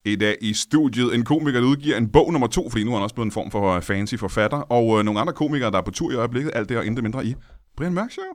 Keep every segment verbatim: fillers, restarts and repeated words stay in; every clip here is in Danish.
i dag i studiet en komiker, der udgiver en bog nummer to, fordi nu er han også blevet en form for fancy forfatter, og øh, nogle andre komikere, der er på tur i øjeblikket, alt det og intet mindre i Brian Mørk Show.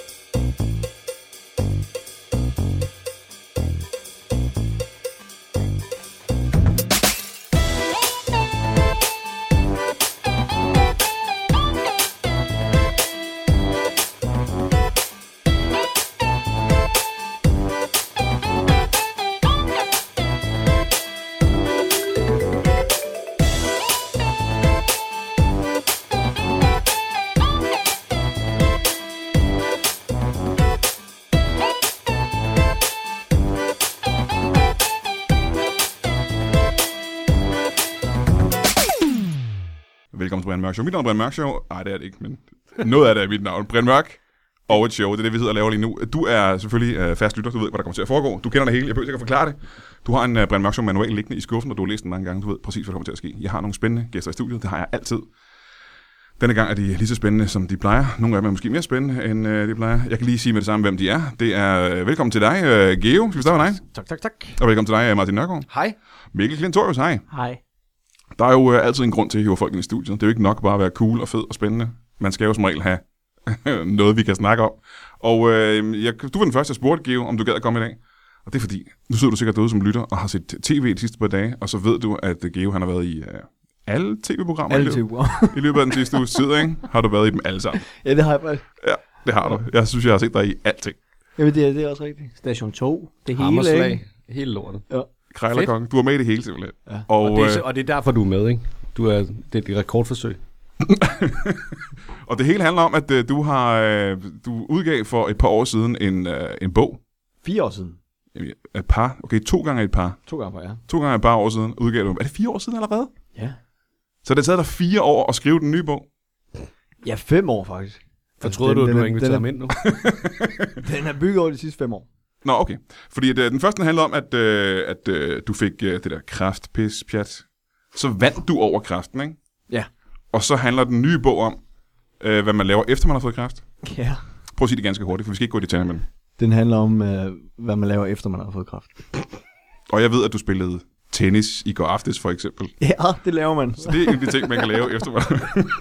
Velkommen til Brian Mørk Show. Mit navn er Brian Mørk Show. Nej, det er det ikke, men noget af det er mit navn. Brian Mørk og et show. Det er det, vi sidder og laver lige nu. Du er selvfølgelig øh, fast lytter. Du ved, hvad der kommer til at foregå. Du kender det hele. Jeg behøver ikke at forklare det. Du har en uh, Brian Mørk Show manual liggende i skuffen, og du har læst den mange gange. Du ved præcis, hvad der kommer til at ske. Jeg har nogle spændende gæster i studiet. Det har jeg altid. Denne gang er de lige så spændende, som de plejer. Nogle af dem er måske mere spændende, end uh, de plejer. Jeg kan lige sige med det samme, hvem de er. Det er uh, velkommen til dig, uh, Geo. Skal vi starte med dig? Tak, tak, tak. Og velkommen til dig, Martin Nørgaard. Hej. Mikkel Klintorius, hej. Hej. Der er jo øh, altid en grund til at hive folk ind i studiet. Det er jo ikke nok bare at være cool og fed og spændende. Man skal jo som regel have noget, vi kan snakke om. Og øh, jeg, du var den første, jeg spurgte, Geo, om du gad at komme i dag. Og det er fordi, nu sidder du sikkert derude som lytter og har set tv de sidste par dage, og så ved du, at Geo han har været i øh, alle tv-programmer alle i, løbet, i løbet af den sidste uges tid, ikke? Har du været i dem alle sammen? Ja, det har jeg faktisk. Ja, det har du. Jeg synes, jeg har set dig i alting. Jamen, det er, det er også rigtigt. Station to, det hele, Hammerslag, ikke? hele lortet. Ja. Krejlerkongen. Du var med i det hele simpelthen. Ja. Og, og, og, det er, øh, og det er derfor, du er med, ikke? Du er, det er et rekordforsøg. Og det hele handler om, at uh, du har uh, du udgav for et par år siden en, uh, en bog. Fire år siden. Et par. Okay, to gange et par. To gange, ja. To gange et par år siden udgav du. Er det fire år siden allerede? Ja. Så det har taget dig fire år at skrive den nye bog? Ja, fem år faktisk. For altså, troede du, at du har inviteret ham ind nu? Den er bygget over de sidste fem år. Nå, okay. Fordi at, uh, den første handler om, at, uh, at uh, du fik uh, det der kræft, pis, pjat. Så vandt du over kræften, ikke? Ja. Og så handler den nye bog om, uh, hvad man laver efter man har fået kræft. Ja. Prøv at sige det ganske hurtigt, for vi skal ikke gå i detaljer med den. Den handler om, uh, hvad man laver efter man har fået kræft. Og jeg ved, at du spillede tennis i går aftes, for eksempel. Ja, det laver man. Så det er en af de ting, man kan lave efter man...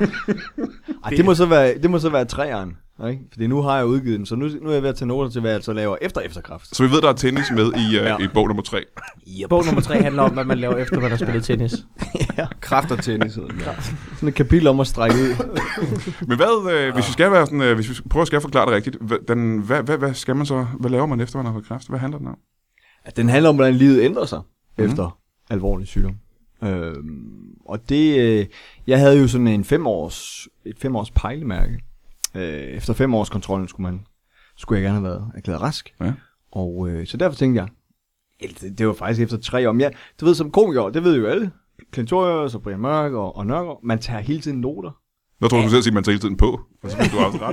Ej, det må så være, det må så være træeren. Ikke? Fordi nu har jeg udgivet den, så nu, nu er jeg ved at tage noter til, hvad jeg så laver efter efterkræft. Så vi ved, der er tennis med i, uh, ja. i bog nummer tre. Yep. Bog nummer tre handler om, hvad man laver efter, man har spillet tennis. Ja. Kræft og tennis. Ja. Sådan et kapitel om at strække ud. Men hvad, øh, hvis vi skal være sådan, øh, hvis vi prøver at skal forklare det rigtigt, hvad, den, hvad, hvad, hvad skal man så, hvad laver man efter, man har fået kræft? Hvad handler den om? Ja, den handler om, hvordan livet ændrer sig mm. efter alvorlig sygdom. Øhm, og det, øh, jeg havde jo sådan en fem års, et fem års pejlemærke. Øh, efter fem års kontrollen skulle man, skulle jeg gerne have været erklæret rask. Ja. Og øh, så derfor tænkte jeg, det, det var faktisk efter tre år. Men ja, du ved, som komiker, det ved jo alle. Klintorius og Brian Mørk og, og Nørgaard, man tager hele tiden noter. Nå tror du, du selv siger, at man tager hele tiden på. Og så du har også ret.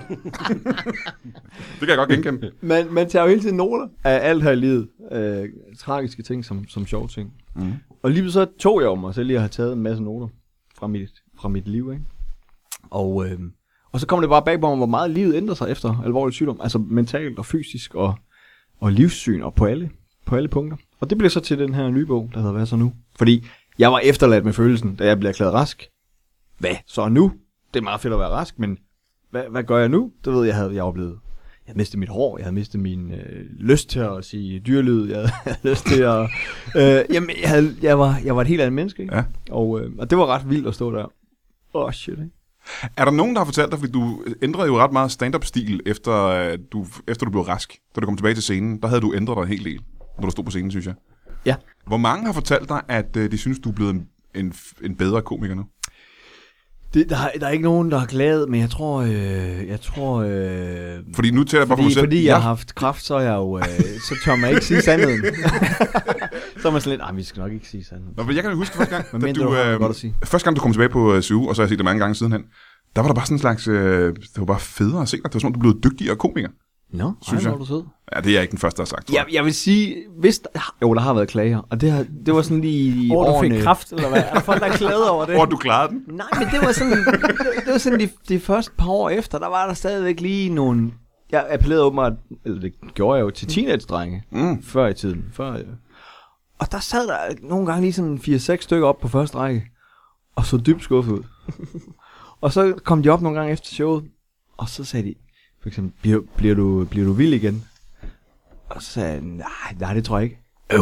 Det kan jeg godt genkende. Man, man tager jo hele tiden noter af alt her i livet. Øh, tragiske ting som, som sjove ting. Mm. Og lige så tog jeg om mig selv lige at have taget en masse noter fra mit, fra mit liv. Ikke? Og, øh, og så kom det bare bag på mig, hvor meget livet ændrer sig efter alvorlig sygdom. Altså mentalt og fysisk og, og livssyn og på alle, på alle punkter. Og det blev så til den her nye bog, der hedder Hvad så nu? Fordi jeg var efterladt med følelsen, da jeg blev erklæret rask. Hvad så nu? Det er meget fedt at være rask, men hvad, hvad gør jeg nu? Det ved jeg, havde jeg oplevet. Jeg havde mistet mit hår, jeg havde mistet min øh, lyst til at sige dyrlyd, jeg havde lyst til at... Øh, jamen, jeg, havde, jeg, var, jeg var et helt andet menneske, ikke? Ja. Og, øh, og det var ret vildt at stå der. Åh, oh, shit, ikke? Er der nogen, der har fortalt dig, fordi du ændrede jo ret meget stand-up-stil, efter du, efter du blev rask, da du kom tilbage til scenen, der havde du ændret dig en hel del, når du stod på scenen, synes jeg. Ja. Hvor mange har fortalt dig, at øh, de synes, du er blevet en, en, en bedre komiker nu? Det, der, der er ikke nogen, der har klaget, men jeg tror... Øh, jeg tror øh, fordi nu tæller jeg bare for mig selv. Fordi jeg ja. har haft kræft, så er jeg jo... Øh, så tør man ikke sige sandheden. Så er man sådan lidt... Nej, vi skal nok ikke sige sandheden. Nå, jeg kan jo huske første gang, da du, du, øh, godt at sige. første gang du kom tilbage på S U, og så har jeg set det mange gange sidenhen, der var der bare sådan en slags... Øh, det var bare federe at se dig. Det var som om, du blev dygtigere komiker. Nå, synes ej, jeg. hvor du sød. Ja, det er jeg ikke den første, der har sagt. Ja, jeg vil sige, hvis der, jo, der har været klager, og det, har, det var sådan lige i Hvor du årene... fik kræft, eller hvad? Er der folk, der klagede over det? Hvor du klarede den? Nej, men det var sådan, det, det var sådan de, de første par år efter, der var der stadigvæk lige nogle... Jeg appellerede åbenbart, eller det gjorde jeg jo til teenage-drenge, mm. før i tiden. Før, Og der sad der nogle gange lige sådan fire seks stykker op på første række, og så dybt skuffet ud. Og så kom de op nogle gange efter showet, og så sagde de, for eksempel, bliver, bliver, du, bliver du vild igen? Og så sagde jeg, nej, nej, det tror jeg ikke. Øv.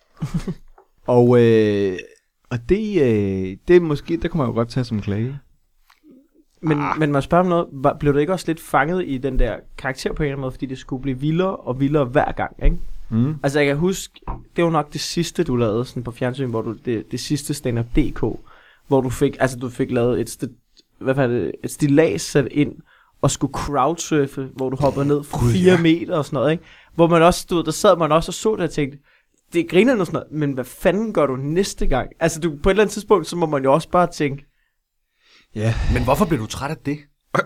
og øh, og det, øh, det er måske, der kunne man jo godt tage som klage. Men, Ah. men man spørger om noget, var- blev du ikke også lidt fanget i den der karakter på en eller anden måde, fordi det skulle blive vildere og vildere hver gang, ikke? Mm. Altså jeg kan huske, det var nok det sidste du lavede sådan på fjernsyn, hvor du, det, det sidste stand-up punktum d k, hvor du fik, altså du fik lavet et, st- hvad var det, et stillads sat ind, og skulle crowdsurfe, hvor du hoppede ned fra fire ja. meter og sådan noget, ikke? Hvor man også stod, der sad man også og så det og tænkte, det griner og sådan noget, men hvad fanden gør du næste gang? Altså du, på et eller andet tidspunkt, så må man jo også bare tænke, Ja. Men hvorfor blev du træt af det?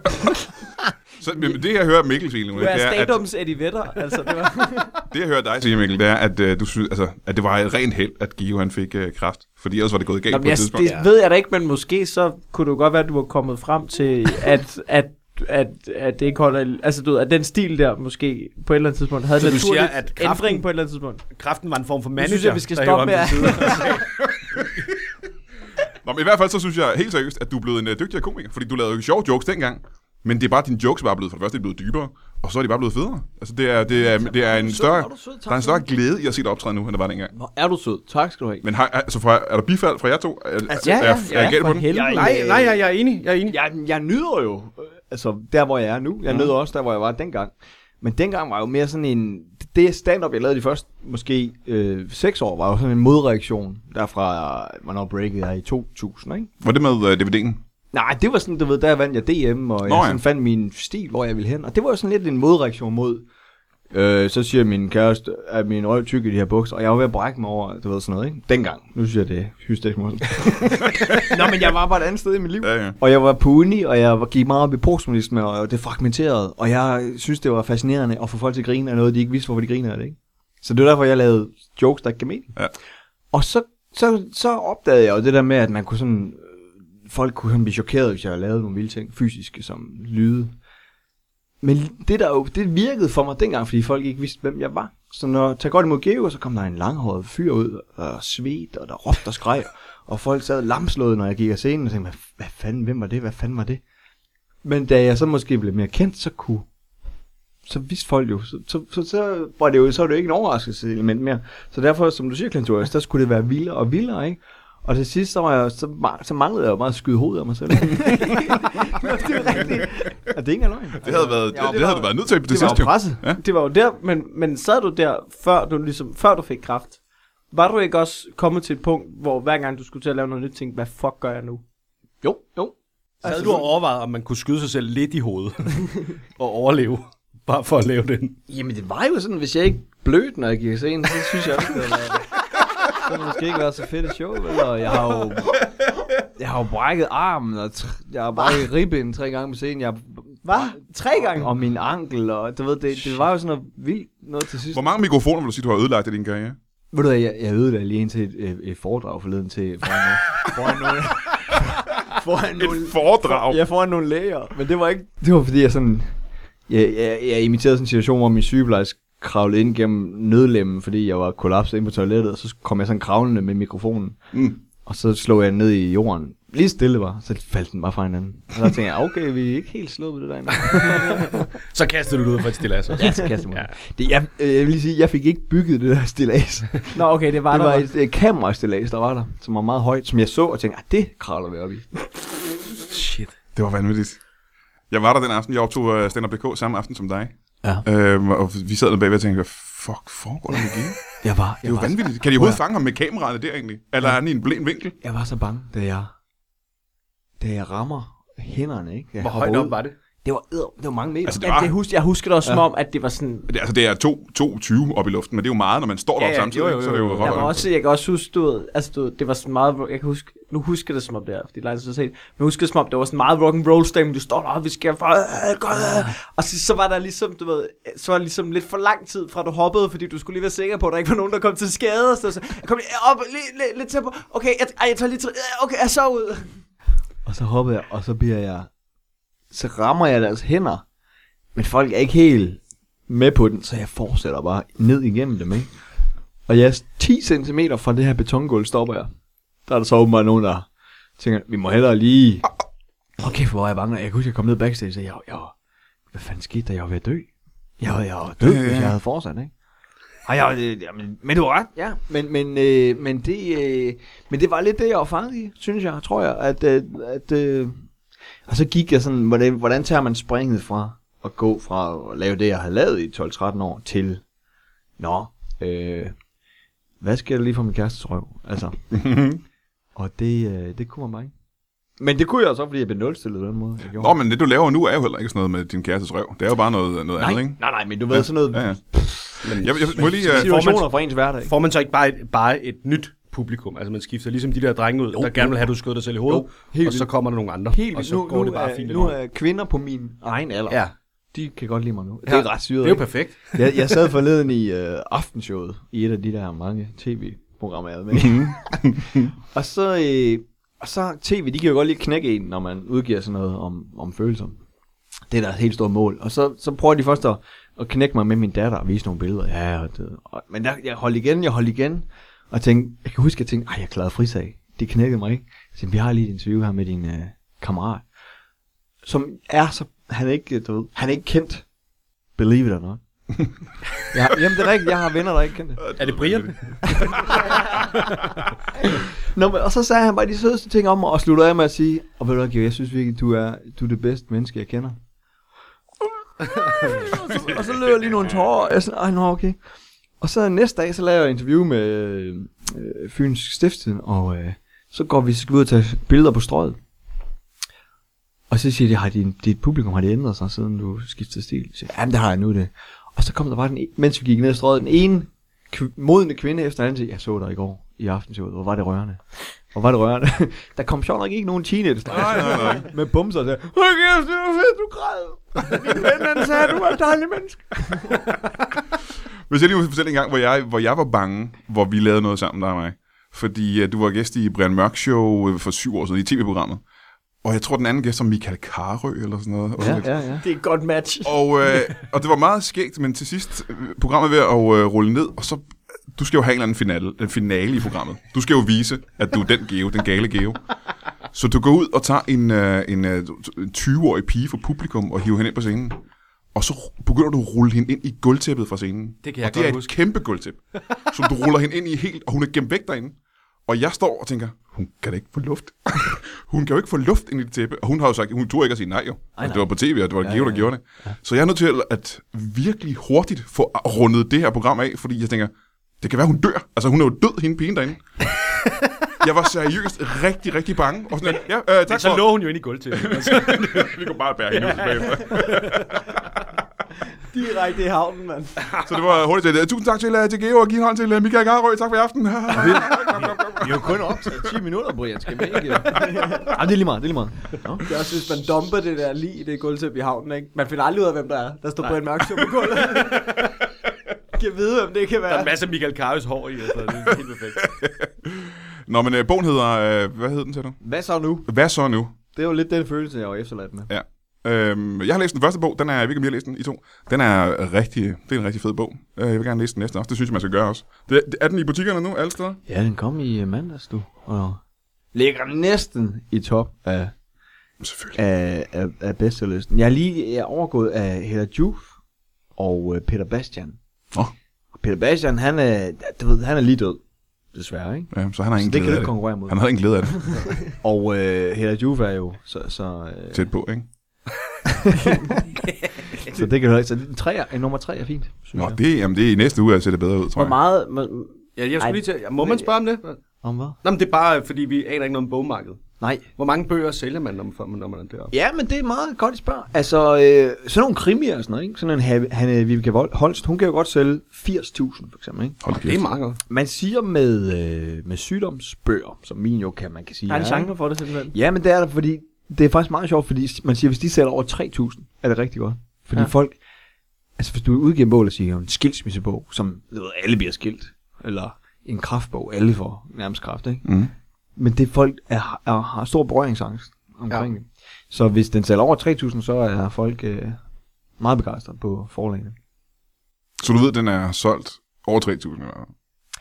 Så, men det jeg hører Mikkel sige nu, du det er er, at, stadums Eddie Vedder, altså det var... det jeg hører dig sige, Mikkel, det er, at, uh, du synes, altså, at det var et rent held, at Gio han fik uh, kræft. Fordi ellers var det gået galt Nå, på men et jeg, tidspunkt. det ved jeg da ikke, men måske så kunne det godt være, at du var kommet frem til, at, at, at, at det ikke holder... Altså, du ved, at den stil der måske på et eller andet tidspunkt havde Så en du siger, naturlig at kraften- ændring på et eller andet tidspunkt. Kræften var en form for Nu manager. synes jeg, vi skal der stoppe hæver med ham til at... side. Nå, men i hvert fald så synes jeg helt seriøst, at du er blevet en uh, dygtigere komiker. Fordi du lavede jo sjove jokes dengang. Men det er bare, dine jokes bare blevet, for det første, de er blevet dybere. Og så er de bare blevet federe. Altså, det er, det er, det er en større... Der er en større glæde i at se dig optræde nu, end der var dengang. Hvor er du sød. Tak skal du have. Men har, altså, fra, er der bifald fra jer to? Er, Altså, er, ja, er, ja, er jeg galt på for den? helvede. Nej, nej, jeg, jeg er enig. Jeg er enig. Jeg, jeg nyder jo, øh, altså der hvor jeg er nu. Jeg mm. nyder også der hvor jeg var dengang. Men dengang var jo mere sådan en, det stand-up jeg lavede de første måske øh, seks år, var jo sådan en modreaktion derfra, hvornår breaket er i to tusind, ikke? Var det med uh, D V D'en? Nej, det var sådan, du ved, der vandt jeg D M, og Nå, jeg ja. sådan fandt min stil, hvor jeg ville hen. Og det var jo sådan lidt en modreaktion mod, øh, så siger min kæreste, at min røv tyk i de her bukser, og jeg var ved at brække mig over, du ved sådan noget, ikke? Dengang. Nu synes jeg, det er hysterisk morsomt. Nå, men jeg var bare et andet sted i mit liv. Ja, ja. Og jeg var på uni, og jeg gik meget op i postmodernisme, og det fragmenterede. Og jeg synes, det var fascinerende at få folk til at grine af noget, de ikke vidste, hvorfor de griner af det, ikke? Så det var derfor, jeg lavede jokes, der ikke gav mening. Ja. Og så, så, så opdagede jeg jo det der med, at man kunne sådan... Folk kunne sådan blive chokeret, hvis jeg lavede nogle vilde ting, fysiske som lyde. Men det der jo, det virkede for mig dengang, fordi folk ikke vidste, hvem jeg var. Så når jeg tager godt imod Geo, så kom der en langhåret fyr ud, og svedt, og der råbte og skreg. Og folk sad lamslået, når jeg gik af scenen, og tænkte, hvad, hvad fanden, hvem var det, hvad fanden var det? Men da jeg så måske blev mere kendt, så kunne, så vidste folk jo, så, så, så, så var det jo, så var det jo ikke en overraskelseselement mere. Så derfor, som du siger, Clintorius, der skulle det være vildere og vildere, ikke? Og til sidst, så, var jeg, så, så manglede jeg jo bare at skyde hovedet af mig selv. Det er rigtigt. Og det er ikke engang løgn. Det havde, været, det, Ja, det havde du været nødt til det, Det var sidste. jo presset. Ja. Det var jo der, men, men sad du der, før du, ligesom, før du fik kræft? Var du ikke også kommet til et punkt, hvor hver gang du skulle til at lave noget nyt, tænkte, hvad fuck gør jeg nu? Jo, jo. Så havde du overvejet, om man kunne skyde sig selv lidt i hovedet og overleve, bare for at lave den. Jamen det var jo sådan, hvis jeg ikke blødt, når jeg gik i scenen, så synes jeg også, det havde været... Så ville det måske ikke være så fedt et show, vel? Og jeg har jo... Jeg har jo brækket armen, og tr- jeg har brækket ribben tre gange på scenen. Jeg Hvad? Tre gange? og min ankel, og du ved, det, det var jo sådan noget vildt noget til sidst. Hvor mange mikrofoner vil du sige, du har ødelagt i din karriere? Ved du hvad, jeg, jeg øvede da lige ind til et, et, et foredrag forleden til foran nogle, foran nogle, foran nogle, Et foredrag? ja, foran nogle læger. Men det var ikke, det var fordi jeg sådan, jeg, jeg, jeg imiterede sådan en situation, hvor min sygeplejerske kravlede ind gennem nødlemmen, fordi jeg var kollapset ind på toilettet, og så kom jeg sådan kravlende med mikrofonen. Mm. Og så slog jeg ned i jorden. Lige stille bare, så faldt den bare fra hinanden. Og så tænkte jeg, okay, vi er ikke helt slået med det der endnu. Så kastede du det ud fra et stillads. Ja, så kastede jeg mig. Det, jeg, øh, jeg vil lige sige, jeg fik ikke bygget det der stillads. Nå, okay, det var Det der. var et, et kamerastillads, der var der, som var meget højt, som jeg så og tænkte, ah, det kravler vi op i. Shit. Det var vanvittigt. Jeg var der den aften, jeg optog uh, stand up punktum d k samme aften som dig. Ja. Øhm, og vi sad der bagved og tænkte, hvad fuck foregår der med Gio? Jeg var, Det er jo vanvittigt. Kan de overhovedet fange ham med kameraerne der egentlig? Eller er han i en blind vinkel? Jeg var så bange, da jeg, da jeg rammer hænderne, ikke? Jeg Hvor hopper højt op ud. var det? Det var, edder- det var mange meter. Altså, det Ja, var, det husker, jeg husker det også som Ja. om, at det var sådan... det, altså, det er to, to tyve op i luften, men det er jo meget, når man står Ja, deroppe ja, samtidig. jo, jo, jo, Så er det jo jo. ret Jeg, var højt. også, jeg kan også huske, du ved, altså, du ved, det var sådan meget, jeg kan huske, nu husker jeg det som om det er, fordi det er lang tid siden, men jeg husker det som om, det var sådan meget rock and roll stemning, du står der, vi skal for, og så, så var der ligesom, du ved, så var det ligesom lidt for lang tid fra du hoppede, fordi du skulle lige være sikker på, at der ikke var nogen, der kom til skade, så, så jeg kom lige op, lige, lige, lidt tempo, okay, jeg, ej, jeg tager lige, okay, jeg så ud. Og så hopper jeg, og så bliver jeg, så rammer jeg deres hænder, men folk er ikke helt med på den, så jeg fortsætter bare ned igennem dem, ikke? Og jeg er ti centimeter fra det her betongulv stopper jeg. Der er der så åbenbart nogen, der tænker, vi må hellere lige... Okay, hvor var jeg bange. Jeg kunne huske, jeg kom ned backstage, og jeg, jeg, hvad fanden skete der? Jeg var ved at dø. Jeg var, jeg var død, hvis jeg havde fortsat, ikke? Og jeg, øh, jamen, men du var ret, ja. Men, men, øh, men, det, øh, men det var lidt det, jeg var fanget i, synes jeg, tror jeg. At, øh, at, øh, og så gik jeg sådan, hvordan, hvordan tager man springet fra at gå fra at lave det, jeg havde lavet i tolv tretten år, til, nå, øh, hvad sker der lige for min kærestes røv? Altså, og det, øh, det kunne man bare ikke. Men det kunne jeg også, fordi jeg blev nulstillet på den måde. Nå, men det du laver nu er jo heller ikke sådan noget med din kærestes røv. Det er jo bare noget, noget nej, andet, ikke? Nej, nej, men du ved ja, sådan noget... Ja, ja. Men, jeg, jeg, må lige, uh, situationer fra ens hverdag. Får man så ikke bare et, bare et nyt publikum? Altså man skifter ligesom de der drenge ud, jo, der gerne vil have, at du skød dig selv i hovedet, jo, og så kommer der nogle andre, helt og så nu, går nu det bare er, fint. Nu er kvinder på min egen alder. Ja. De kan godt lide mig nu. Ja, det er ret syret. Det er jo perfekt. jeg, jeg sad forleden i uh, aftenshowet, i et af de der mange tv-programmer, jeg havde med. og så... Øh, Og så tv, de kan jo godt lige knække en, når man udgiver sådan noget om, om følelser. Det er der et helt stort mål. Og så, så prøver de først at, at knække mig med min datter og vise nogle billeder. Ja, og det, og, men der, jeg holdt igen, jeg holdt igen. Og tænkte, jeg kan huske, at jeg tænkte, ej, jeg klarede frisag. De knækkede mig ikke. Så vi har lige et interview her med din uh, kammerat. Som er så, han er ikke, du ved, han er ikke kendt. Believe it or not. Ja, jamen det er rigtigt, jeg har venner, der ikke kender det. Er det Brian? Nå, men, og så sagde han bare de sødeste ting om mig, og sluttede af med at sige, og ved du hvad, jeg synes virkelig, du er, du er det bedste menneske, jeg kender. og, så, og så løb jeg lige nogle tårer, og jeg sagde, ej, nå, okay. Og så næste dag, så lavede jeg et interview med øh, Fyns Stiftstidende, og øh, så går vi, så skal vi ud og tage billeder på strøget. Og så siger de, har din, dit publikum, har det ændret sig, siden du skiftede stil? Så siger, jamen, det har jeg nu det. Og så kom der bare, den, mens vi gik ned ad strøget, den ene kv- modende kvinde efter anden, jeg så dig i går i aftenshowet, hvor var det rørende. Hvor var det rørende. Der kom sjovt nok ikke nogen teenage nej, nej, nej. med bumser og sagde, okay, det var fedt, du græd. Min ven, han sagde, du er et dejligt menneske. Hvis jeg lige må fortælle en gang, hvor jeg, hvor jeg var bange, hvor vi lavede noget sammen, der og mig. Fordi uh, du var gæst i Brian Mørk Show for syv år siden i tv-programmet. Og jeg tror, den anden gæst var Michael Karø eller sådan noget. Ja, ja, ja. Det er et godt match. Og, øh, og det var meget skægt, men til sidst, øh, programmet er ved at øh, rulle ned, og så, du skal jo have en eller anden finale, en finale i programmet. Du skal jo vise, at du er den Geo, den gale Geo. Så du går ud og tager en, øh, en, øh, en tyve-årig pige fra publikum og hiver hende ind på scenen. Og så begynder du at rulle hende ind i gulvtæppet fra scenen. Det kan jeg og det godt er et huske. kæmpe gulvtæppe, som du ruller hende ind i helt, og hun er gemt væk derinde. Og jeg står og tænker, hun kan da ikke få luft. Hun kan jo ikke få luft ind i det tæppe. Og hun har jo sagt, hun turde ikke at sige nej jo. Ej, altså, det var på tv, og det var ja, Geo, der ja, gjorde det. Ja. Så jeg er nødt til at virkelig hurtigt få rundet det her program af, fordi jeg tænker, det kan være, hun dør. Altså, hun er jo død, hende pigen derinde. Jeg var seriøst rigtig, rigtig bange. Og sådan, ja, øh, tak så for... lå hun jo inde i gulv til. Vi kunne bare bære hende ud tilbage. Direkte i havnen, mand. Så det var hurtigt til. Tusind tak til, uh, til Geo, og giv en hånd til uh, Michael Garø. Tak for i aften. Vi er jo kun optaget ti minutter, Brian. Skal vi ikke? Jamen, det er lige meget, det er lige meget. No? Det er også, hvis man dumper det der lige i det gulvtæppe i havnen, ikke? Man finder aldrig ud af, hvem der er. Der står Brian Mørk Show på gulvet. Kan vide, hvem det kan være. Der er en masse Michael Karøs hår i, altså. Det er helt perfekt. Nå, men uh, bogen hedder... Uh, hvad hed den, siger du? Hvad så nu? Hvad så nu? Det er jo lidt den følelse, jeg var efterladt med. Ja. Øhm, jeg har læst den første bog, den er, jeg ved ikke om I har læst den, I to. Den er rigtig, det er en rigtig fed bog. Jeg vil gerne læse den næste også, det synes jeg, man skal gøre også. Det, er den i butikkerne nu, alle steder? Ja, den kom i mandags, du. Og ligger næsten i top af, Selvfølgelig. af, af, af bestsellerlisten. Jeg er lige jeg er overgået af Hella Juf og uh, Peter Bastian. Oh. Peter Bastian, han er, du ved, han er lige død. Desværre, ikke? Ja, så han har ingen Så det glæde kan du af ikke det. konkurrere mod. Han havde ingen glæde af det. Og uh, Hella Juf er jo så... så uh, Tæt på, ikke? så det kan du ikke. Så en, træer, en nummer tre er fint, synes Nå, jeg. det, jamen, det er i næste uge, at se det bedre ud, tror Hvor jeg. meget... Må, Ja, jeg skulle Ej, lige til... Må man spørge om det? Om hvad? Nå, men det er bare, fordi vi aner ikke noget om bogmarkedet. Nej. Hvor mange bøger sælger man, når man, når man er deroppe? Ja, men det er meget godt, I spørger. Altså, øh, sådan nogle krimier og sådan noget, ikke? Sådan en have, Hanne Vibeke Holst, hun kan jo godt sælge firs tusind, for eksempel, ikke? Hold da Det er kæft. meget godt. Man siger med, øh, med sygdomsbøger, som min jo kan, man kan sige. der er en er, genre for det simpelthen. Ja, men det er der, fordi det er faktisk meget sjovt, fordi man siger, hvis de sælger over tre tusind, er det rigtig godt. Fordi Ja. ja. folk, altså hvis du udgiver en bog, der siger en skilsmissebog, som ved, alle bliver skilt, eller en kraftbog, alle får nærmest kraft, ikke? Mm. Men det folk er, er, har stor berøringsangst omkring ja. det. Så hvis den sælger over tre tusind, så er folk øh, meget begejstrede på forlagene. Så du ved, den er solgt over tre tusind eller hvad?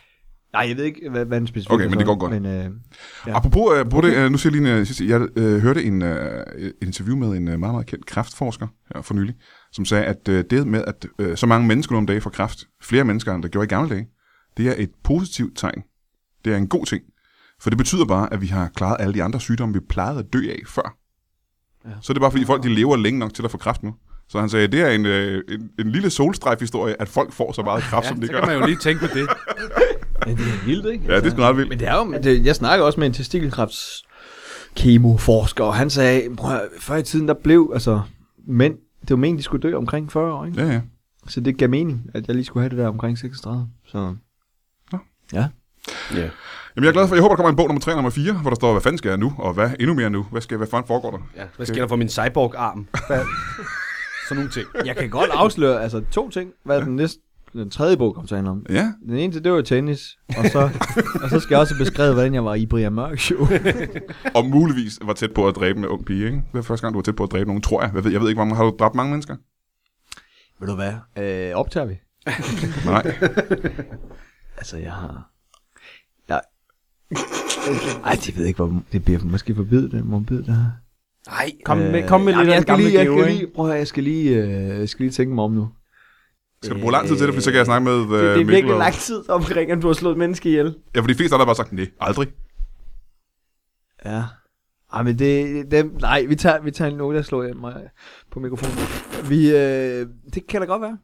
Nej, jeg ved ikke, hvad, hvad den specifikt Okay, men det går godt. Men, øh, Ja. Apropos, uh, det, uh, nu siger jeg lige en uh, sidste. Jeg uh, hørte en uh, interview med en uh, meget, meget kendt kræftforsker her for nylig, som sagde, at uh, det med, at uh, så mange mennesker nu om dagen får kræft, flere mennesker, end der gjorde i gamle dage, det er et positivt tegn. Det er en god ting. For det betyder bare, at vi har klaret alle de andre sygdomme, vi plejede at dø af før. Ja. Så er det bare, fordi folk de lever længe nok til at få kræft nu. Så han sagde, det er en, øh, en, en lille solstrejf-historie, at folk får så meget kræft, ja, som de så gør. kan man jo lige tænke på det. Men det er vildt, ikke? Ja, det er sgu ret vildt. Men det er jo, det, jeg snakker også med en testikelkræfts kemoforsker, og han sagde, prøv, før i tiden, der blev, altså, mænd, det var meningen, de skulle dø omkring fyrre år, ikke? Ja, ja. Så det gav mening, at jeg lige skulle have det der omkring seksogtredive. Så, ja. Ja. Ja. Jamen, jeg er glad for, jeg håber, der kommer en bog nummer tre og nummer fire, hvor der står, hvad fanden skal jeg nu, og hvad endnu mere nu? Hvad skal hvad fanden foregår der? Ja, hvad sker der for min cyborg-arm? Sådan nogle ting. Jeg kan godt afsløre, altså to ting, hvad den næste, den tredje bog kom til at handle om. Ja. Den ene til, det var tennis, og så, og så skal jeg også beskrive, hvordan jeg var i Brian Mørk Show. Og muligvis var tæt på at dræbe en ung pige, ikke? Det var første gang, du var tæt på at dræbe nogen, tror jeg. Jeg ved, jeg ved ikke, hvor mange, har du dræbt mange mennesker? Ved du hvad, øh, optager vi? Nej. Altså, jeg har... Jeg... Ej, det ved jeg ikke, hvor... Det bliver måske forbydet, det morbid, det her. Nej, Kom med, kom med Jamen, lidt af jeg en skal gammel lige, jeg gave, skal ikke? lige, prøv at høre, jeg skal lige, øh, jeg skal lige tænke mig om nu. Skal du bruge lang tid til det, fordi så kan jeg snakke med uh, Det, det er Mikkel virkelig og... lang tid omkring, at du har slået et menneske ihjel. Ja, for de fleste andre har bare sagt, nej, aldrig. Ja. Ej, men det, det nej, vi tager, vi tager en note, der slår jeg mig på mikrofonen. Vi, øh, det kan da godt være.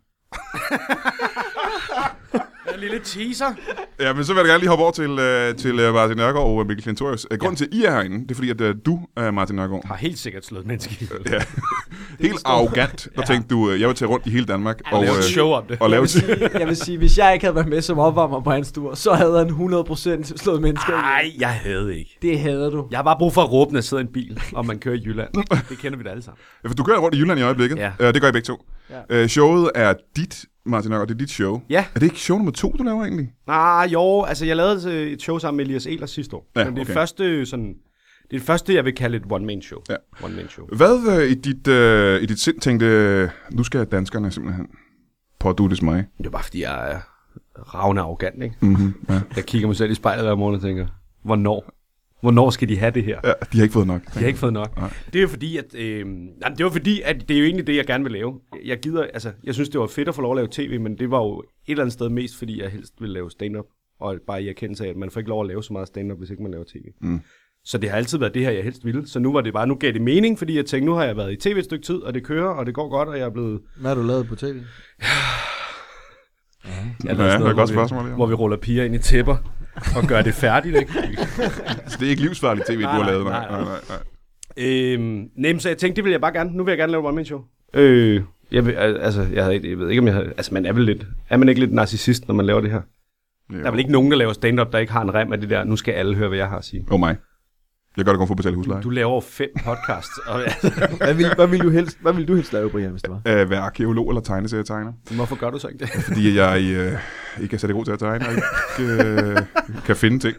en lille teaser. Ja, men så vil jeg gerne lige hoppe over til, uh, til uh, Martin Nørgaard og Mikkel Klintorius. Uh, grunden ja. til, at I er herinde, det er fordi, at uh, du, uh, Martin Nørgaard... Har helt sikkert slået menneske ihjel. Ja. Helt arrogant, der ja. tænkte du, uh, jeg vil tage rundt i hele Danmark og, og lave uh, et show om det. Og lave Jeg vil, sige, jeg vil sige, hvis jeg ikke havde været med som opvarmer på hans tur, så havde han hundrede procent slået mennesker ihjel. Nej, jeg havde ikke. Det hader du. Jeg har bare brug for at råbe, når jeg sidder i en bil, og man kører i Jylland. Det kender vi da alle sammen. Ja, for du kører rundt i Jylland i øjeblikket. Ja. Uh, det gør I begge to. Ja. Uh, showet er dit, Martin Nørgaard, det er dit show. Ja. Er det ikke show nummer to, du laver egentlig? Nej, jo, altså jeg lavede et show sammen med Elias Ehlers sidste år. Ja, Men det er okay. første sådan... Det er det første, jeg vil kalde et one-man-show. Ja. One-man-show. Hvad uh, i, dit, uh, i dit sind tænkte, uh, nu skal danskerne simpelthen påduttes mig? Det er bare fordi, jeg er ravne arrogant, ikke? Mm-hmm, ja. Jeg kigger mig selv i spejlet hver morgen og tænker, hvornår? Hvornår skal de have det her? Ja, de har ikke fået nok. De har ikke fået nok. Nej. Det er jo fordi, at... Øh, jamen, det var fordi, at det er jo egentlig det, jeg gerne vil lave. Jeg gider... Altså, jeg synes, det var fedt at få lov at lave tv, men det var jo et eller andet sted mest, fordi jeg helst ville lave stand-up. Og bare i erkendelse af, at man får ikke lov at lave så meget stand-up, hvis ikke man laver tv. Mm. Så det har altid været det her, jeg helst ville. Så nu var det bare... Nu gav det mening, fordi jeg tænkte, nu har jeg været i tv et stykke tid, og det kører, og det går godt, og jeg er blevet... Hvad har du lavet på tv? Ja, Ja, det er et godt spørgsmål. Hvor vi ruller piger ind i tæpper og gør det færdigt, ikke? Så det er ikke livsfarligt tv, du Nej, har lavet. nej, Nej, nej. nej, nej. Øhm, nej, så jeg tænkte, det vil jeg bare gerne. Nu vil jeg gerne lave et one-man-show. Øh, jeg, vil, altså, jeg, havde, jeg ved ikke, om jeg havde... Altså, man er vel lidt... Er man ikke lidt narcissist, når man laver det her? Jo. Der er vel ikke nogen, der laver stand-up, der ikke har en rem af det der, nu skal alle høre, hvad jeg har at sige. Jo, mig. Jeg gør det kun for at betale husleje. Du laver over fem podcasts. Og, Hvad vil, hvad vil du helst, hvad vil du helst lave, Brian, hvis det var? Uh, være arkeolog eller tegneserietegner. hvorfor gør du så ikke det? Fordi jeg uh, ikke er særlig god til at tegne, og ikke uh, kan finde ting.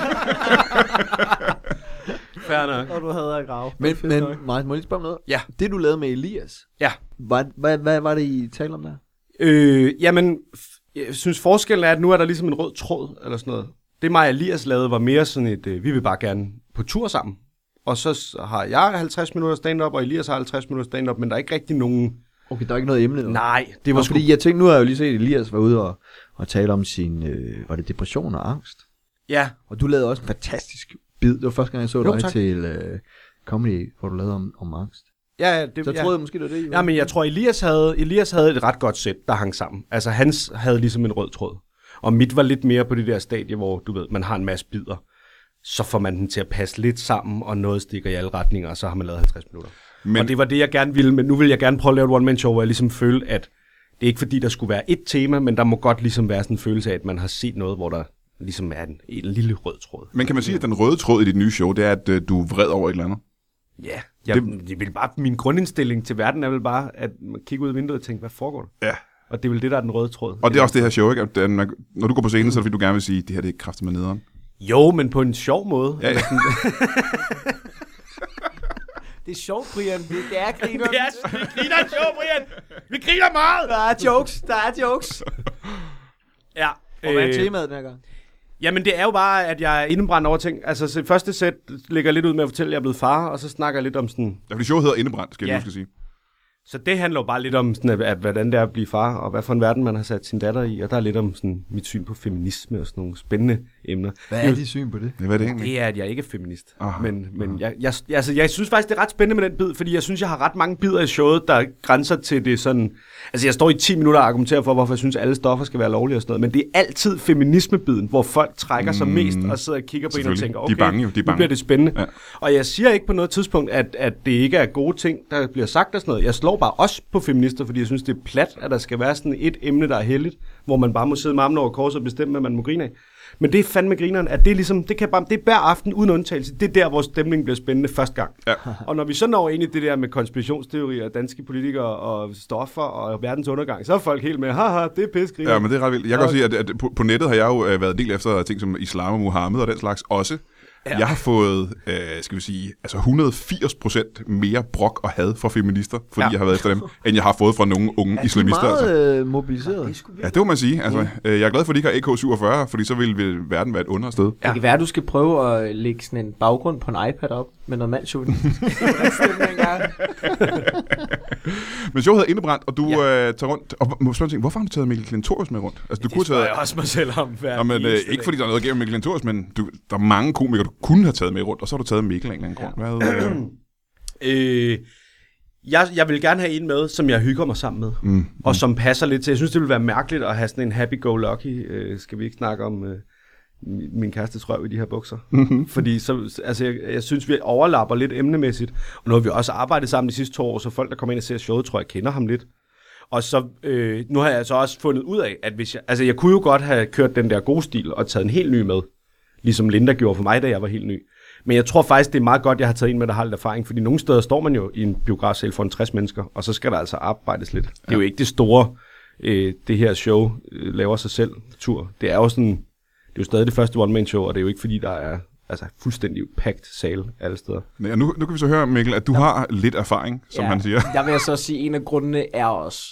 Fair nok. Og du hader at grave. Men, Fedt men nok. Martin, må jeg lige spørge om noget? Ja. Det, du lavede med Elias, Ja. hvad, hvad, hvad var det, I talte om der? Øh, jamen, f- jeg synes forskellen er, at nu er der ligesom en rød tråd, eller sådan noget. Det mig og Elias lavede var mere sådan et, øh, vi vil bare gerne på tur sammen. Og så s- har jeg halvtreds minutter stand-up, og Elias har halvtreds minutter stand-up, men der er ikke rigtig nogen... Okay, der er ikke noget emne. Eller? Nej, Det var fordi, jeg tænkte, nu har jeg jo lige set Elias være ude og, og tale om sin, øh, var det depression og angst? Ja, Og du lavede også en fantastisk bid. Det var første gang, jeg så Jo, dig tak. til øh, comedy, hvor du lavede om, om angst. ja, det, Så ja. troede jeg måske, det var det, I Ja, men jeg tror, Elias havde, Elias havde et ret godt sæt, der hang sammen. Altså, hans havde ligesom en rød tråd. Og mit var lidt mere på det der stadie, hvor du ved, man har en masse bidder. Så får man den til at passe lidt sammen, og noget stikker i alle retninger, og så har man lavet halvtreds minutter. Men, Men... Og det var det, jeg gerne ville, men nu vil jeg gerne prøve at lave et one-man-show, hvor jeg ligesom følte, at det er ikke fordi, der skulle være et tema, men der må godt ligesom være sådan en følelse af, at man har set noget, hvor der ligesom er en, en lille rød tråd. men kan man sige, at den røde tråd i dit nye show, det er, at uh, du er vred over et eller andet? Ja, jeg, det... jeg vil bare, min grundindstilling til verden er vel bare, at man kigger ud af vinduet og tænker, hvad foregår der? Ja. Og det er vel det, der er den røde tråd. Og det er også det her show, ikke? At, uh, når du går på scenen, så er det fordi, du gerne vil sige, det her det er kraftigt med nederen. Jo, men på en sjov måde. Ja, ja. Det er sjovt, Brian. Det, det er griner. Det er, vi griner en show, Brian! Vi griner meget! Der er jokes. Der er jokes. Ja. Og hvad er temaet den her gang? Jamen, det er jo bare, at jeg er indebrændt over ting. Altså, så første sæt ligger lidt ud med at fortælle, at jeg er blevet far, og så snakker jeg lidt om sådan... Ja, fordi showet hedder Indebrændt, skal jeg Ja. lige skal sige. Så det handler jo bare lidt om, sådan, at, at, hvordan det er at blive far, og hvad for en verden man har sat sin datter i, og der er lidt om sådan, mit syn på feminisme og sådan nogle spændende emner. Hvad er dit syn på det? Det, hvad er det egentlig? Det er, at jeg ikke er feminist. Aha, men men jeg, jeg, altså, jeg synes faktisk, det er ret spændende med den bid, fordi jeg synes, jeg har ret mange bidder i showet, der grænser til det sådan... Altså, jeg står i ti minutter og argumenterer for, hvorfor jeg synes, at alle stoffer skal være lovlige og sådan noget, men det er altid feminismebiden, hvor folk trækker sig mest og sidder og kigger på en og tænker, okay, de er bange, jo, de er bange. nu bliver det spændende. Ja. Og jeg siger ikke på noget tidspunkt, at, at det ikke er gode ting, der bliver sagt og sådan noget. Jeg slår bare også på feminister, fordi jeg synes, det er plat, at der skal være sådan et emne, der er heldigt, hvor man bare må sidde med armen over kors og bestemme, hvad man må grine af. Men det er fandme grineren, at det er ligesom, det kan bare, det er hver aften uden undtagelse. Det er der, hvor stemningen bliver spændende første gang. Ja. Og når vi så når ind i det der med konspirationsteorier, danske politikere og stoffer og verdens undergang, så er folk helt med, haha, det er pis griner. Ja, men det er ret vildt. Jeg kan også sige, at, at på, på nettet har jeg jo øh, været del efter ting som islam og Muhammed og den slags også. Ja. Jeg har fået, øh, skal vi sige, altså et hundrede og firs procent mere brok og had fra feminister, fordi ja. jeg har været efter dem, end jeg har fået fra nogle unge Er islamister. de meget Altså. øh, mobiliseret? Ja, det må man sige. Altså, øh, jeg er glad for, at de ikke har A K syvogfyrre, fordi så ville, ville verden være et understed sted. Det kan være, at du skal prøve at lægge sådan en baggrund på en iPad op med noget mandsjovinistisk. Men showet hedder Indebrændt, og du ja. øh, tager rundt. Og må spørge ting, hvorfor har du taget Mikkel Klintorius med rundt? Altså, du det kunne spørger taget... jeg også mig selv om. Nå, men, øh, ikke fordi der er noget gennem Mikkel Klintorius, men du, der er mange komikere, du kunne have taget med rundt, og så har du taget Mikkel af en eller anden grund. Hvad, øh... øh, jeg, jeg vil gerne have en med, som jeg hygger mig sammen med, mm, og som passer lidt til. Jeg synes, det ville være mærkeligt at have sådan en happy-go-lucky. Øh, skal vi ikke snakke om øh, min kærestes røv i de her bukser? mm. Fordi så, altså, jeg, jeg synes, vi overlapper lidt emnemæssigt. Og nu har vi også arbejdet sammen de sidste to år, så folk, der kommer ind og ser showet, tror jeg, kender ham lidt. Og så, øh, nu har jeg altså også fundet ud af, at hvis jeg... Altså, jeg kunne jo godt have kørt den der gode stil og taget en helt ny med. Ligesom Linda gjorde for mig, da jeg var helt ny. Men jeg tror faktisk, det er meget godt, jeg har taget en med, der har lidt erfaring. Fordi nogle steder står man jo i en biografsal for en tres mennesker, og så skal der altså arbejdes lidt. Det er jo ikke det store, øh, det her show øh, laver sig selv tur. Det er jo sådan... Det er jo stadig det første one-man-show, og det er jo ikke fordi, der er altså, fuldstændig packed sal alle steder. Ja, nu, nu kan vi så høre, Mikkel, at du ja. har lidt erfaring, som ja, han siger. Jeg vil så sige, at en af grundene er også,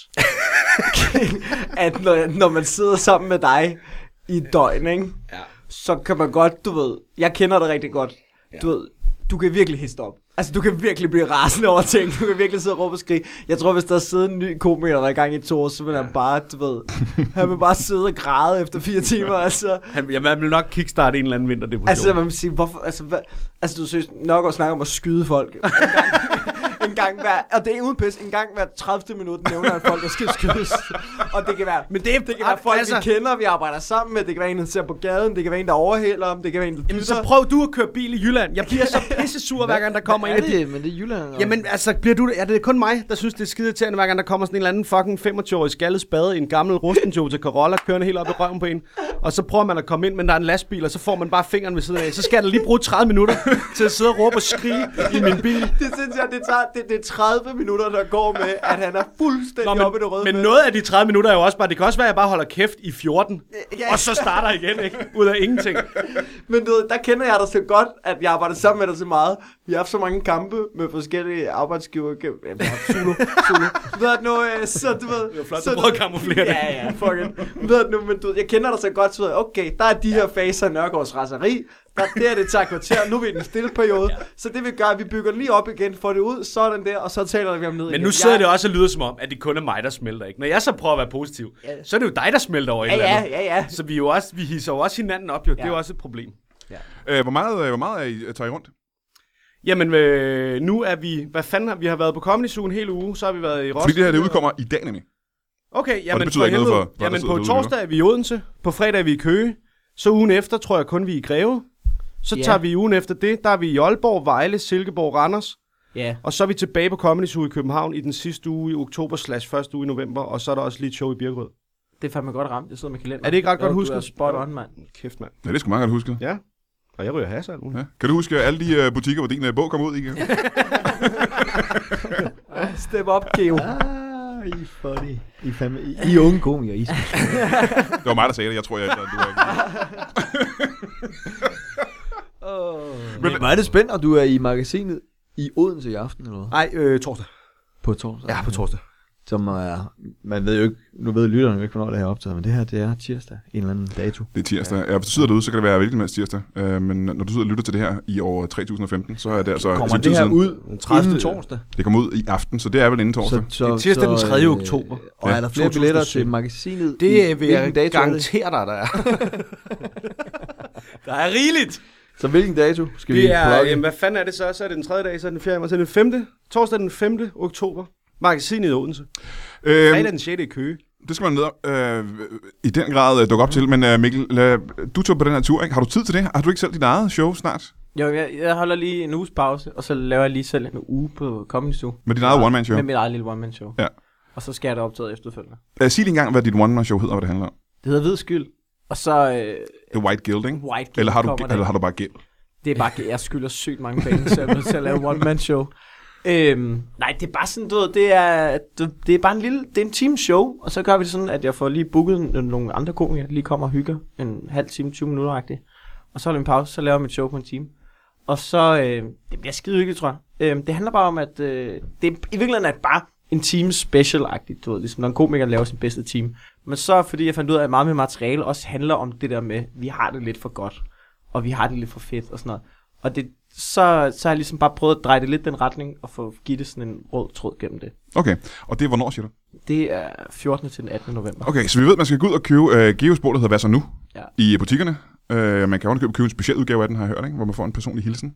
at når, når man sidder sammen med dig i et døgn, ikke? Ja. Så kan man godt, du ved, jeg kender det rigtig godt, ja. du ved, du kan virkelig hisse op. Altså, du kan virkelig blive rasende over ting. Du kan virkelig sidde og råbe og skrige. Jeg tror, hvis der sidder en ny komiker, der er i gang i to år, så vil han bare, du ved, han vil bare sidde og græde efter fire timer, altså. Han, ja, man vil nok kickstarte en eller anden vinterdepression. Altså, man vil sige, hvorfor, altså, hvad, altså, du synes nok at snakke om at skyde folk. En gang, en gang hver, og det er uden pis, en gang hver tredive minut nævner han folk, der skal skydes. Og det kan være, men det, det kan være folk, altså, vi kender, vi arbejder sammen med, det kan være en, der ser på gaden, det kan være en, der overhælder om, det kan være en, der Jamen, så prøv du at køre bil i Jylland. Jeg bliver så pissesur, hver gang der kommer en af de... Men det er Jylland. Jamen, altså, bliver du... Er det kun mig, der synes, det er skide irriterende, hver gang der kommer sådan en eller anden fucking femogtyve-årig skaldet spade i en gammel rusten Toyota Corolla, kørende helt op i røven på en, og så prøver man at komme ind, men der er en lastbil, og så får man bare fingeren ved siden af. Så skal jeg da lige bruge tredive minutter til at sidde og råbe og skrige i min bil. Det synes jeg, det tager det, det er tredive minutter, der går med, at han er fuldstændig Nå, men, oppe i det røde. Men med. noget af de tredive minutter er jo også bare... Det kan også være, at jeg bare holder kæft i fjorten, Ja. og så starter igen, ikke? Ud af ingenting. Men du ved, der kender jeg dig så godt, at jeg arbejder sammen med dig så meget. Vi har haft så mange kampe med forskellige arbejdsgiver. Ja, vi har haft Zulu. Zulu. Ved du nu, øh, så du ved... Det var flot, så, du prøvede at kamuflere det. Ja, ja, fucking. Ved du nu, men du, jeg kender dig så godt, så ved jeg, okay, der er de her faser af Nørgaards raseri. Der, der er det tager kvarter, nu er vi i den stille periode. Ja. Så det vi gør, at vi bygger lige op igen, får det ud, sådan der, og så taler vi om ned Men igen. nu sidder jeg... det også og lyder som om, at det kun er mig, der smelter, ikke? Når jeg så prøver at være positiv, Ja. så er det jo dig, der smelter over et Ja, eller ja, andet. ja, ja. Så vi, er jo også, vi hisser jo også hinanden op, jo. Ja. Det er Ja. jo også et problem. Ja. Øh, hvor, meget, øh, hvor meget er I, tager I rundt? Jamen, øh, nu er vi... Hvad fanden har vi har været på Comedy Zoo en hel uge, så har vi været i Roskilde. Fordi det her, det udkommer i dag nemlig. Okay, jamen, betyder ikke noget helvede. for- for Jamen der på sidder torsdag er vi i Odense, på fredag er vi i Køge, så ugen efter tror jeg kun vi er i Greve. Så Ja. tager vi ugen efter det, der er vi i Aalborg, Vejle, Silkeborg, Randers. Ja. Og så er vi tilbage på Comedy Zoo i København i den sidste uge i oktober slash første uge i november, og så er der også lige et show i Birkerød. Det er fandme godt ramt. Jeg sidder med kalender. Er det ikke ret godt Jo, husket? Du er spot on, mand. Kæft, mand. Ja, det er sgu meget godt husket. Ja, og jeg ryger has alt muligt. Ja. Kan du huske alle de uh, butikker, hvor din uh, bog kom ud i? Step up, Geo. Ah, I er funny. I er fandme... I, I er unge komikere, I skal... Det var mig, der sagde det. Jeg tror, jeg ikke, du var... oh. Men hvor er det spændende, at du er i magasinet i Odense i aften, eller hvad? Nej, øh, torsdag. På torsdag? Ja, på torsdag. som er, man ved jo ikke, nu ved lytterne jo ikke, hvornår det her er optaget, men det her, det er tirsdag, en eller anden dato. Det er tirsdag. Ja, hvis du sidder derude, så kan det være hvilken som helst tirsdag. Øh, men når du sidder og lytter til det her i år tre tusind og femten, så er det altså... Kommer det her siden. ud inden torsdag? Det kommer ud i aften, så det er vel inden torsdag. Så, så, det er tirsdag den tredje oktober. Og Ja. er der flere billetter til magasinet? Det vil jeg hvilken dato er det? garantere dig, der er. Der er rigeligt. Så hvilken dato skal vi Det er, plugge? jamen, hvad fanden er det så? Så er det den tredje dag, så er det den fjerde, så er det den femte. Torsdag den femte oktober. Magasinet i Odense. Øhm, Fredag den sjette i Køge. det skal man ned øh, i den grad øh, dukke op til. Men øh, Mikkel, lad, du tog på den her tur, ikke? Har du tid til det? Har du ikke selv dit eget show snart? Jo, jeg, jeg holder lige en uges pause, og så laver jeg lige selv en uge på Comedy Zoo. Med dit eget one-man-show? Med mit eget lille one-man-show. Ja. Og så skal jeg det optaget efterfølgende. Uh, sig lige engang, hvad dit one-man-show hedder, hvad det handler om. Det hedder Hvid Skyld. Og så... Øh, Det er White Guild, ikke? White Guild Eller har du, kommer der. eller har du bare gæld? Det er bare, jeg skylder sygt mange penge, så jeg er nødt til at lave one-man-show. Øhm, nej, det er bare sådan, du ved, det er, det, det er bare en lille, det er en teams show, og så gør vi det sådan, at jeg får lige booket nogle andre komikere, der lige kommer og hygger en halv time, tyve minutter-agtigt. Og så holder vi en pause, så laver vi et show på en time. Og så, øh, det bliver skide hyggeligt, tror jeg. Øh, det handler bare om, at øh, det er, i virkeligheden er det bare en team special-agtigt, du ved, ligesom når en komiker laver sin bedste team. Men så, fordi jeg fandt ud af, at meget med materiale også handler om det der med, vi har det lidt for godt, og vi har det lidt for fedt og sådan noget. Og det, så, så har jeg ligesom bare prøvet at dreje det lidt den retning, og få give det sådan en rød tråd gennem det. Okay, og det er hvornår, siger du? Det er fjortende til den attende november. Okay, så vi ved, at man skal gå ud og købe uh, Geos bog, der hedder Hvad så nu? Ja. I butikkerne. Uh, man kan også købe en speciel udgave af den, har jeg hørt, ikke? Hvor man får en personlig hilsen.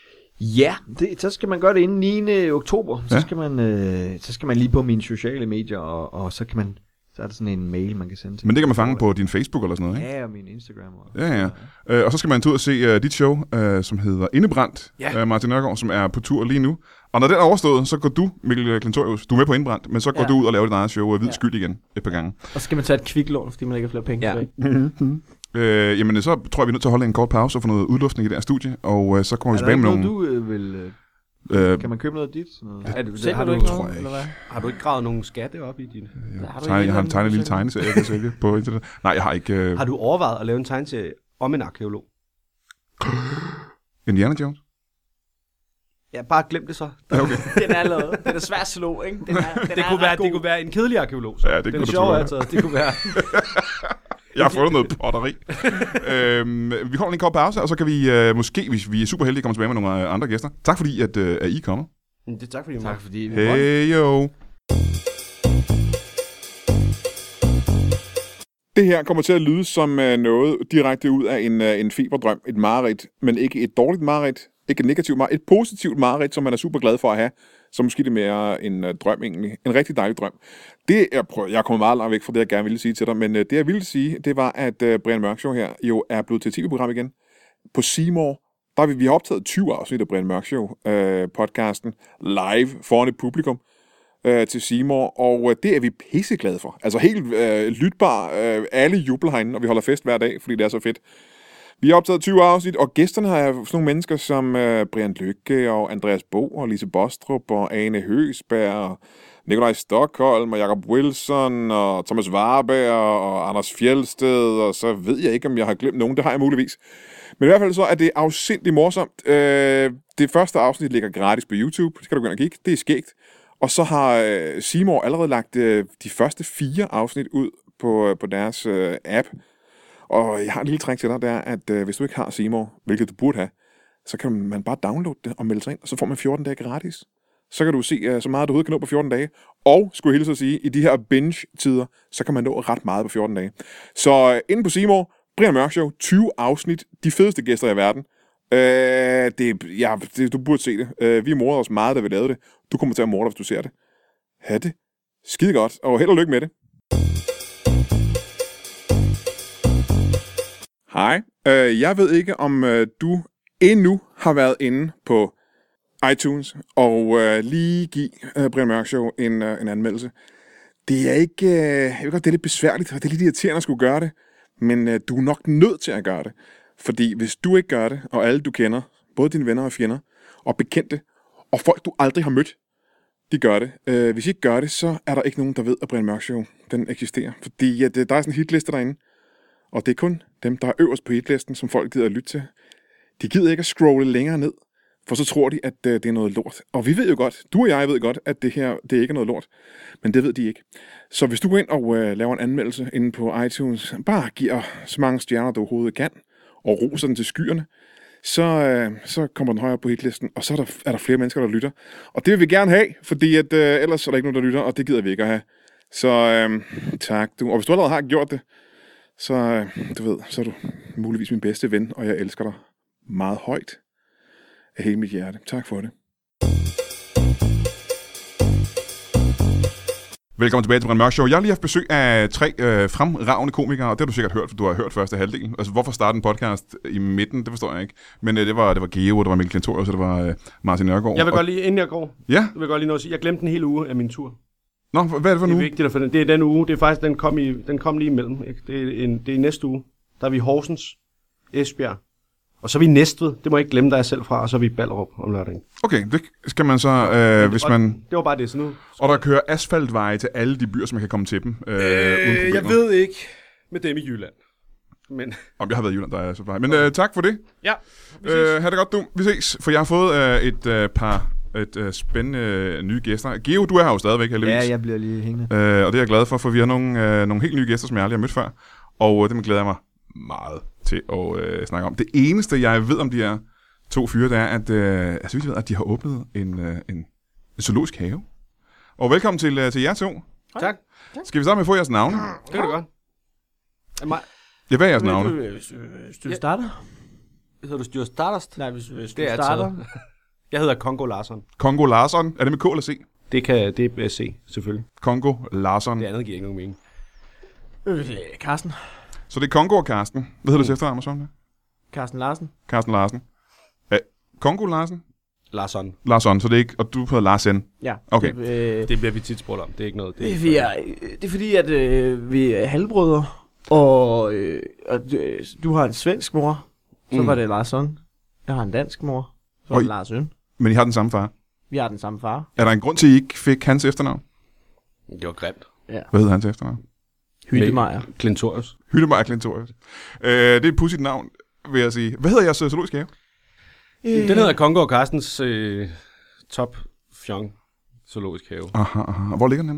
Ja, det, så skal man gøre det inden niende oktober. Så, Ja. skal man, øh, så skal man lige på mine sociale medier, og, og så kan man, så er der sådan en mail, man kan sende til. Men det kan man fange på din Facebook eller sådan noget, ikke? Ja, og min Instagram. Og, Ja, ja. Øh, og så skal man tage ud og se uh, dit show, uh, som hedder Indebrændt, Ja. uh, Martin Nørgaard, som er på tur lige nu. Og når den er overstået, så går du, Mikkel Klintorius, du er med på Indebrændt, men så går Ja. du ud og laver dit eget show, uh, Hvid Ja. Skyld igen, et par gange. Og så skal man tage et kviklån, fordi man ikke har flere penge Ja. tilbage. Øh, jamen, så tror jeg, vi er nødt til at holde en kort pause og få noget udluftning i det her studie, og uh, så kommer vi er der tilbage ikke med noget, nogle... du øh, vil... Øh, Øh, kan man købe noget af dit? Sådan noget? Er du, Sælger har, du du, ikke tror noget, jeg eller hvad? har du ikke gravet nogle skatte op i din... jeg, Har du tegner, ikke jeg har en tegnet en lille eller tegneserie, jeg kan sælge på internet. Nej, jeg har ikke... Øh, Har du overvejet at lave en tegneserie om en arkeolog? Indiana Jones? Ja, bare glem det så. Ja, okay. Den er lavet. Den er svær at slå, ikke? Den er, den Det er kunne, ret være, god. det kunne være en kedelig arkeolog. Så. Ja, det Den kunne det sjove tro, er, ja. altså, det kunne være... Jeg har fundet noget potteri. øhm, vi holder en kort pause, og så kan vi øh, måske, hvis vi er super heldige, komme tilbage med nogle øh, andre gæster. Tak fordi, at, øh, at I kommer. Det er tak fordi, Tak fordi vi Hey yo. Det her kommer til at lyde som øh, noget direkte ud af en, øh, en feberdrøm, et mareridt, men ikke et dårligt mareridt, ikke et negativt mareridt, et positivt mareridt, som man er super glad for at have, så måske det er mere en øh, drøm egentlig, en rigtig dejlig drøm. Det er, prøv, jeg er kommet meget langt væk fra det, jeg gerne ville sige til dig, men øh, det jeg ville sige, det var, at øh, Brian Mørk Show her jo er blevet til et tv-program igen. På C More, der har vi, vi har optaget tyve afsnit af Brian Mørk Show øh, podcasten live foran et publikum øh, til C More, og øh, det er vi pisseglade for. Altså helt øh, lytbar, øh, alle jubler herinde, og vi holder fest hver dag, fordi det er så fedt. Vi har optaget tyve afsnit, og gæsterne har sådan nogle mennesker som øh, Brian Lykke og Andreas Bo og Lise Bostrup og Ane Høgsberg og Nikolaj Stockholm og Jacob Wilson og Thomas Warberg og Anders Fjeldsted, og så ved jeg ikke, om jeg har glemt nogen. Det har jeg muligvis. Men i hvert fald så er det afsindigt morsomt. Øh, det første afsnit ligger gratis på YouTube. Det kan du gå ind og kigge. Det er skægt. Og så har øh, C More allerede lagt øh, de første fire afsnit ud på, øh, på deres øh, app. Og jeg har en lille trick til dig, det er, at øh, hvis du ikke har C More, hvilket du burde have, så kan man bare downloade det og melde sig ind, og så får man fjorten dage gratis. Så kan du se uh, så meget, du overhovedet kan nå på fjorten dage. Og, skulle jeg hilse at sige, i de her binge-tider, så kan man nå ret meget på fjorten dage. Så uh, inde på C More, Brian Mørk Show, tyve afsnit, de fedeste gæster i verden. Uh, det, ja, det, du burde se det. Uh, vi morder os meget, da vi lavede det. Du kommer til at morde dig, hvis du ser det. Ha' det skide godt, og held og lykke med det. Hej. Uh, jeg ved ikke, om uh, du endnu har været inde på iTunes og uh, lige give uh, Brian Mørk Show en, uh, en anmeldelse. Det er ikke, uh, jeg ved godt, det er lidt besværligt, og det er lidt irriterende at skulle gøre det, men uh, du er nok nødt til at gøre det. Fordi hvis du ikke gør det, og alle du kender, både dine venner og fjender, og bekendte, og folk du aldrig har mødt, de gør det. Uh, hvis I ikke gør det, så er der ikke nogen, der ved, at Brian Mørk Show, den eksisterer. Fordi at, uh, der er sådan en hitliste derinde, og det er kun dem, der er øverst på hitlisten, som folk gider at lytte til. De gider ikke at scrolle længere ned, For så tror de, at øh, det er noget lort. Og vi ved jo godt, du og jeg ved godt, at det her det ikke er noget lort. Men det ved de ikke. Så hvis du går ind og øh, laver en anmeldelse inde på iTunes, bare giver så mange stjerner, du overhovedet kan, og roser den til skyerne, så, øh, så kommer den højere på hitlisten, og så er der, er der flere mennesker, der lytter. Og det vil vi gerne have, fordi at, øh, ellers er der ikke nogen, der lytter, og det gider vi ikke at have. Så øh, tak. Du. Og hvis du allerede har gjort det, så, øh, du ved, så er du muligvis min bedste ven, og jeg elsker dig meget højt af hele mit hjerte. Tak for det. Velkommen tilbage til Brian Mørk Show. Jeg har lige haft besøg af tre øh, fremragende komikere, og det har du sikkert hørt, for du har hørt første halvdel. Altså, hvorfor starte en podcast i midten, det forstår jeg ikke. Men øh, det var det var Geo, det var Mikkel Klintorius, og det var øh, Martin Nørgaard. Jeg vil og... godt lige, inden jeg går, ja? jeg vil godt lige nå at sige, jeg glemte en hel uge af min tur. Nå, hvad er det for Det nu? er vigtigt at finde. Det er den uge, det er faktisk, den kom, i, den kom lige imellem. Ikke? Det, er en, det er i næste uge. Der er vi i Horsens, Esbjerg. Og så er vi i Næstved, det må jeg ikke glemme, der er selv fra, og så er vi i Ballerup om lørdagen. Okay, det skal man så, øh, hvis man... Det var bare det, så nu... Og der kører asfaltveje til alle de byer, som man kan komme til dem. Øh, uden Øh, jeg ved ikke med dem i Jylland. Men Om jeg har været i Jylland, der er asfaltveje. Men øh, tak for det. ja, vi ses. Øh, ha' det godt, du. Vi ses, for jeg har fået øh, et øh, par et, øh, spændende øh, nye gæster. Geo, du er her jo stadigvæk, heldigvis. Ja, jeg bliver lige hængende. Øh, og det er jeg glad for, for vi har nogle, øh, nogle helt nye gæster, som jeg aldrig har mødt før. Og øh, det glæder jeg mig meget til at øh, snakke om. Det eneste, jeg ved om de her to fyre, det er, at, øh, altså, jeg ved, at de har åbnet en, øh, en, en zoologisk have. Og velkommen til, øh, til jer to. Tak. Skal vi starte med at få jeres navne? Det kan du godt. Er mig... Ja, hvad er jeres navne? Hvis, hvis du starter? Hedder du Styr Stardust? Nej, hvis, hvis du Det er starter. taget. Jeg hedder Kongo Larsson. Kongo Larsson. Er det med K eller C? Det kan det er C, selvfølgelig. Kongo Larsson. Det andet giver ikke nogen mening. Øh, Carsten. Så det er Kongo og Karsten. Hvad hedder det til efternavn, så? Carsten Larsen. Karsten Larsen. Æ, Kongo Larsen? Larsson. Larsson, så det er ikke... Og du hedder Larsen. Ja. Okay. Det, øh, Det bliver vi tit spurgt om. Det er ikke noget. Det er, vi er, det er fordi, at øh, vi er halvbrødre, og, øh, og øh, du har en svensk mor, så Mm. var det Larsson. Jeg har en dansk mor, så var Oj. det Larsson. Men I har den samme far. Vi har den samme far. Er der en grund til, at I ikke fik hans efternavn? det var grimt. Hvad hedder hans efternavn? Hyttemeier. Klintorius. Hyttemeier Klintorius. Øh, det er et pudsigt navn, vil jeg sige. Hvad hedder jeres øh, zoologiske have? Øh, Den hedder Kongo og Carstens øh, top fjong zoologisk have. Aha, aha. Hvor ligger den henne?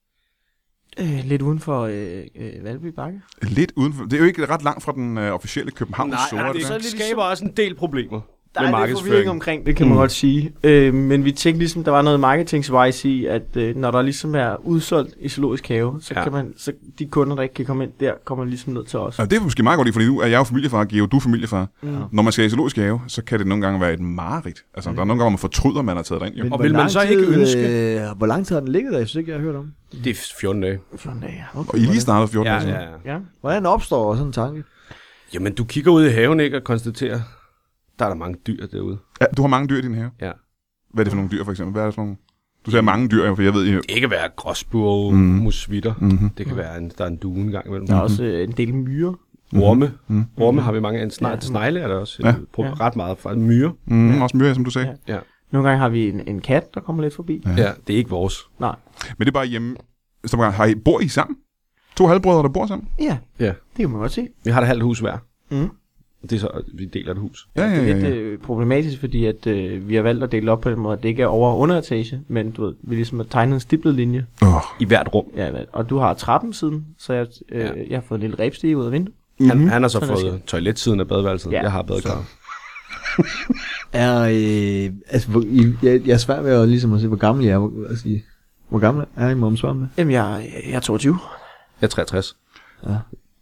øh, lidt uden for øh, øh, Valby Bakke. Lidt udenfor. Det er jo ikke ret langt fra den øh, officielle København Zoo. Nej, er det, det det, det? det skaber også en del problemer Der med er lidt forvirring markedsføring. omkring, det kan man Mm. godt sige. Øh, men vi tænkte ligesom, der var noget marketingsvejs i, at øh, når der ligesom er udsolgt i zoologisk have, så Ja. kan man, så de kunder, der ikke kan komme ind der, kommer ligesom ned til os. Ja, det er måske meget godt, fordi nu er jeg jo familiefar, Geo, du er familiefar. Mm. Når man skal i zoologisk have, så kan det nogle gange være et mareridt. Altså, der er nogle gange, hvor man fortryder, at man har taget derind. Jo. Men Og hvor vil man lang så ikke tid, ønske- Øh, hvor lang tid har den ligget der? Jeg synes ikke, jeg har hørt om. Det er fjorten dage. fjorten dage, okay. Og I lige startede fjorten Ja, år siden. ja, ja. Ja. Hvordan opstår sådan en tanke? Jamen, du kigger ud i haven, ikke, og konstaterer, der er der mange dyr derude. Ja, du har mange dyr i din have. Ja. Hvad er det for nogle dyr, for eksempel? Hvad er det for nogle? Du siger mange dyr, for jeg ved, I... Det kan være gråsbue, Mhm. mm. musvitter. Mm-hmm. Det kan være, en, der er en due en gang imellem. Der er også øh, en del myrer. Orme. Mm-hmm. Orme har vi mange af. En sne- Ja. snegle er der også Ja. ja. På Ja. ret meget fra. Myre. Mm-hmm. Også myrer, som du sagde. Ja. Ja. Nogle gange har vi en, en kat, der kommer lidt forbi. Ja. ja, det er ikke vores. Nej. Men det er bare hjemme. Så har I, bor I sammen? To halvbrødre, der bor sammen? Ja, Ja. det kan man godt se. Vi har et halvt hus hver. Mm. Det er så, vi deler et hus. Ja, ja, Det er ja. lidt ja. øh, problematisk, fordi at, øh, vi har valgt at dele op på den måde, at det ikke er over- og underetage, men du ved, vi ligesom har tegnet en stiplet linje. Oh. I hvert rum. Ja, og du har trappen siden, så jeg, øh, Ja. jeg har fået en lille rebstige ud af vinduet. Han, Mhm. han har så Sådan er fået toiletsiden af badeværelset. Ja. Jeg har badekar. Er, øh, altså, hvor, I, jeg, jeg er svært ved at, ligesom at se, hvor gammel jeg er. Hvor, altså, I, hvor gammel er I, må om svare med? Jamen, jeg, jeg er toogtyve. Jeg er treogtres. Ja.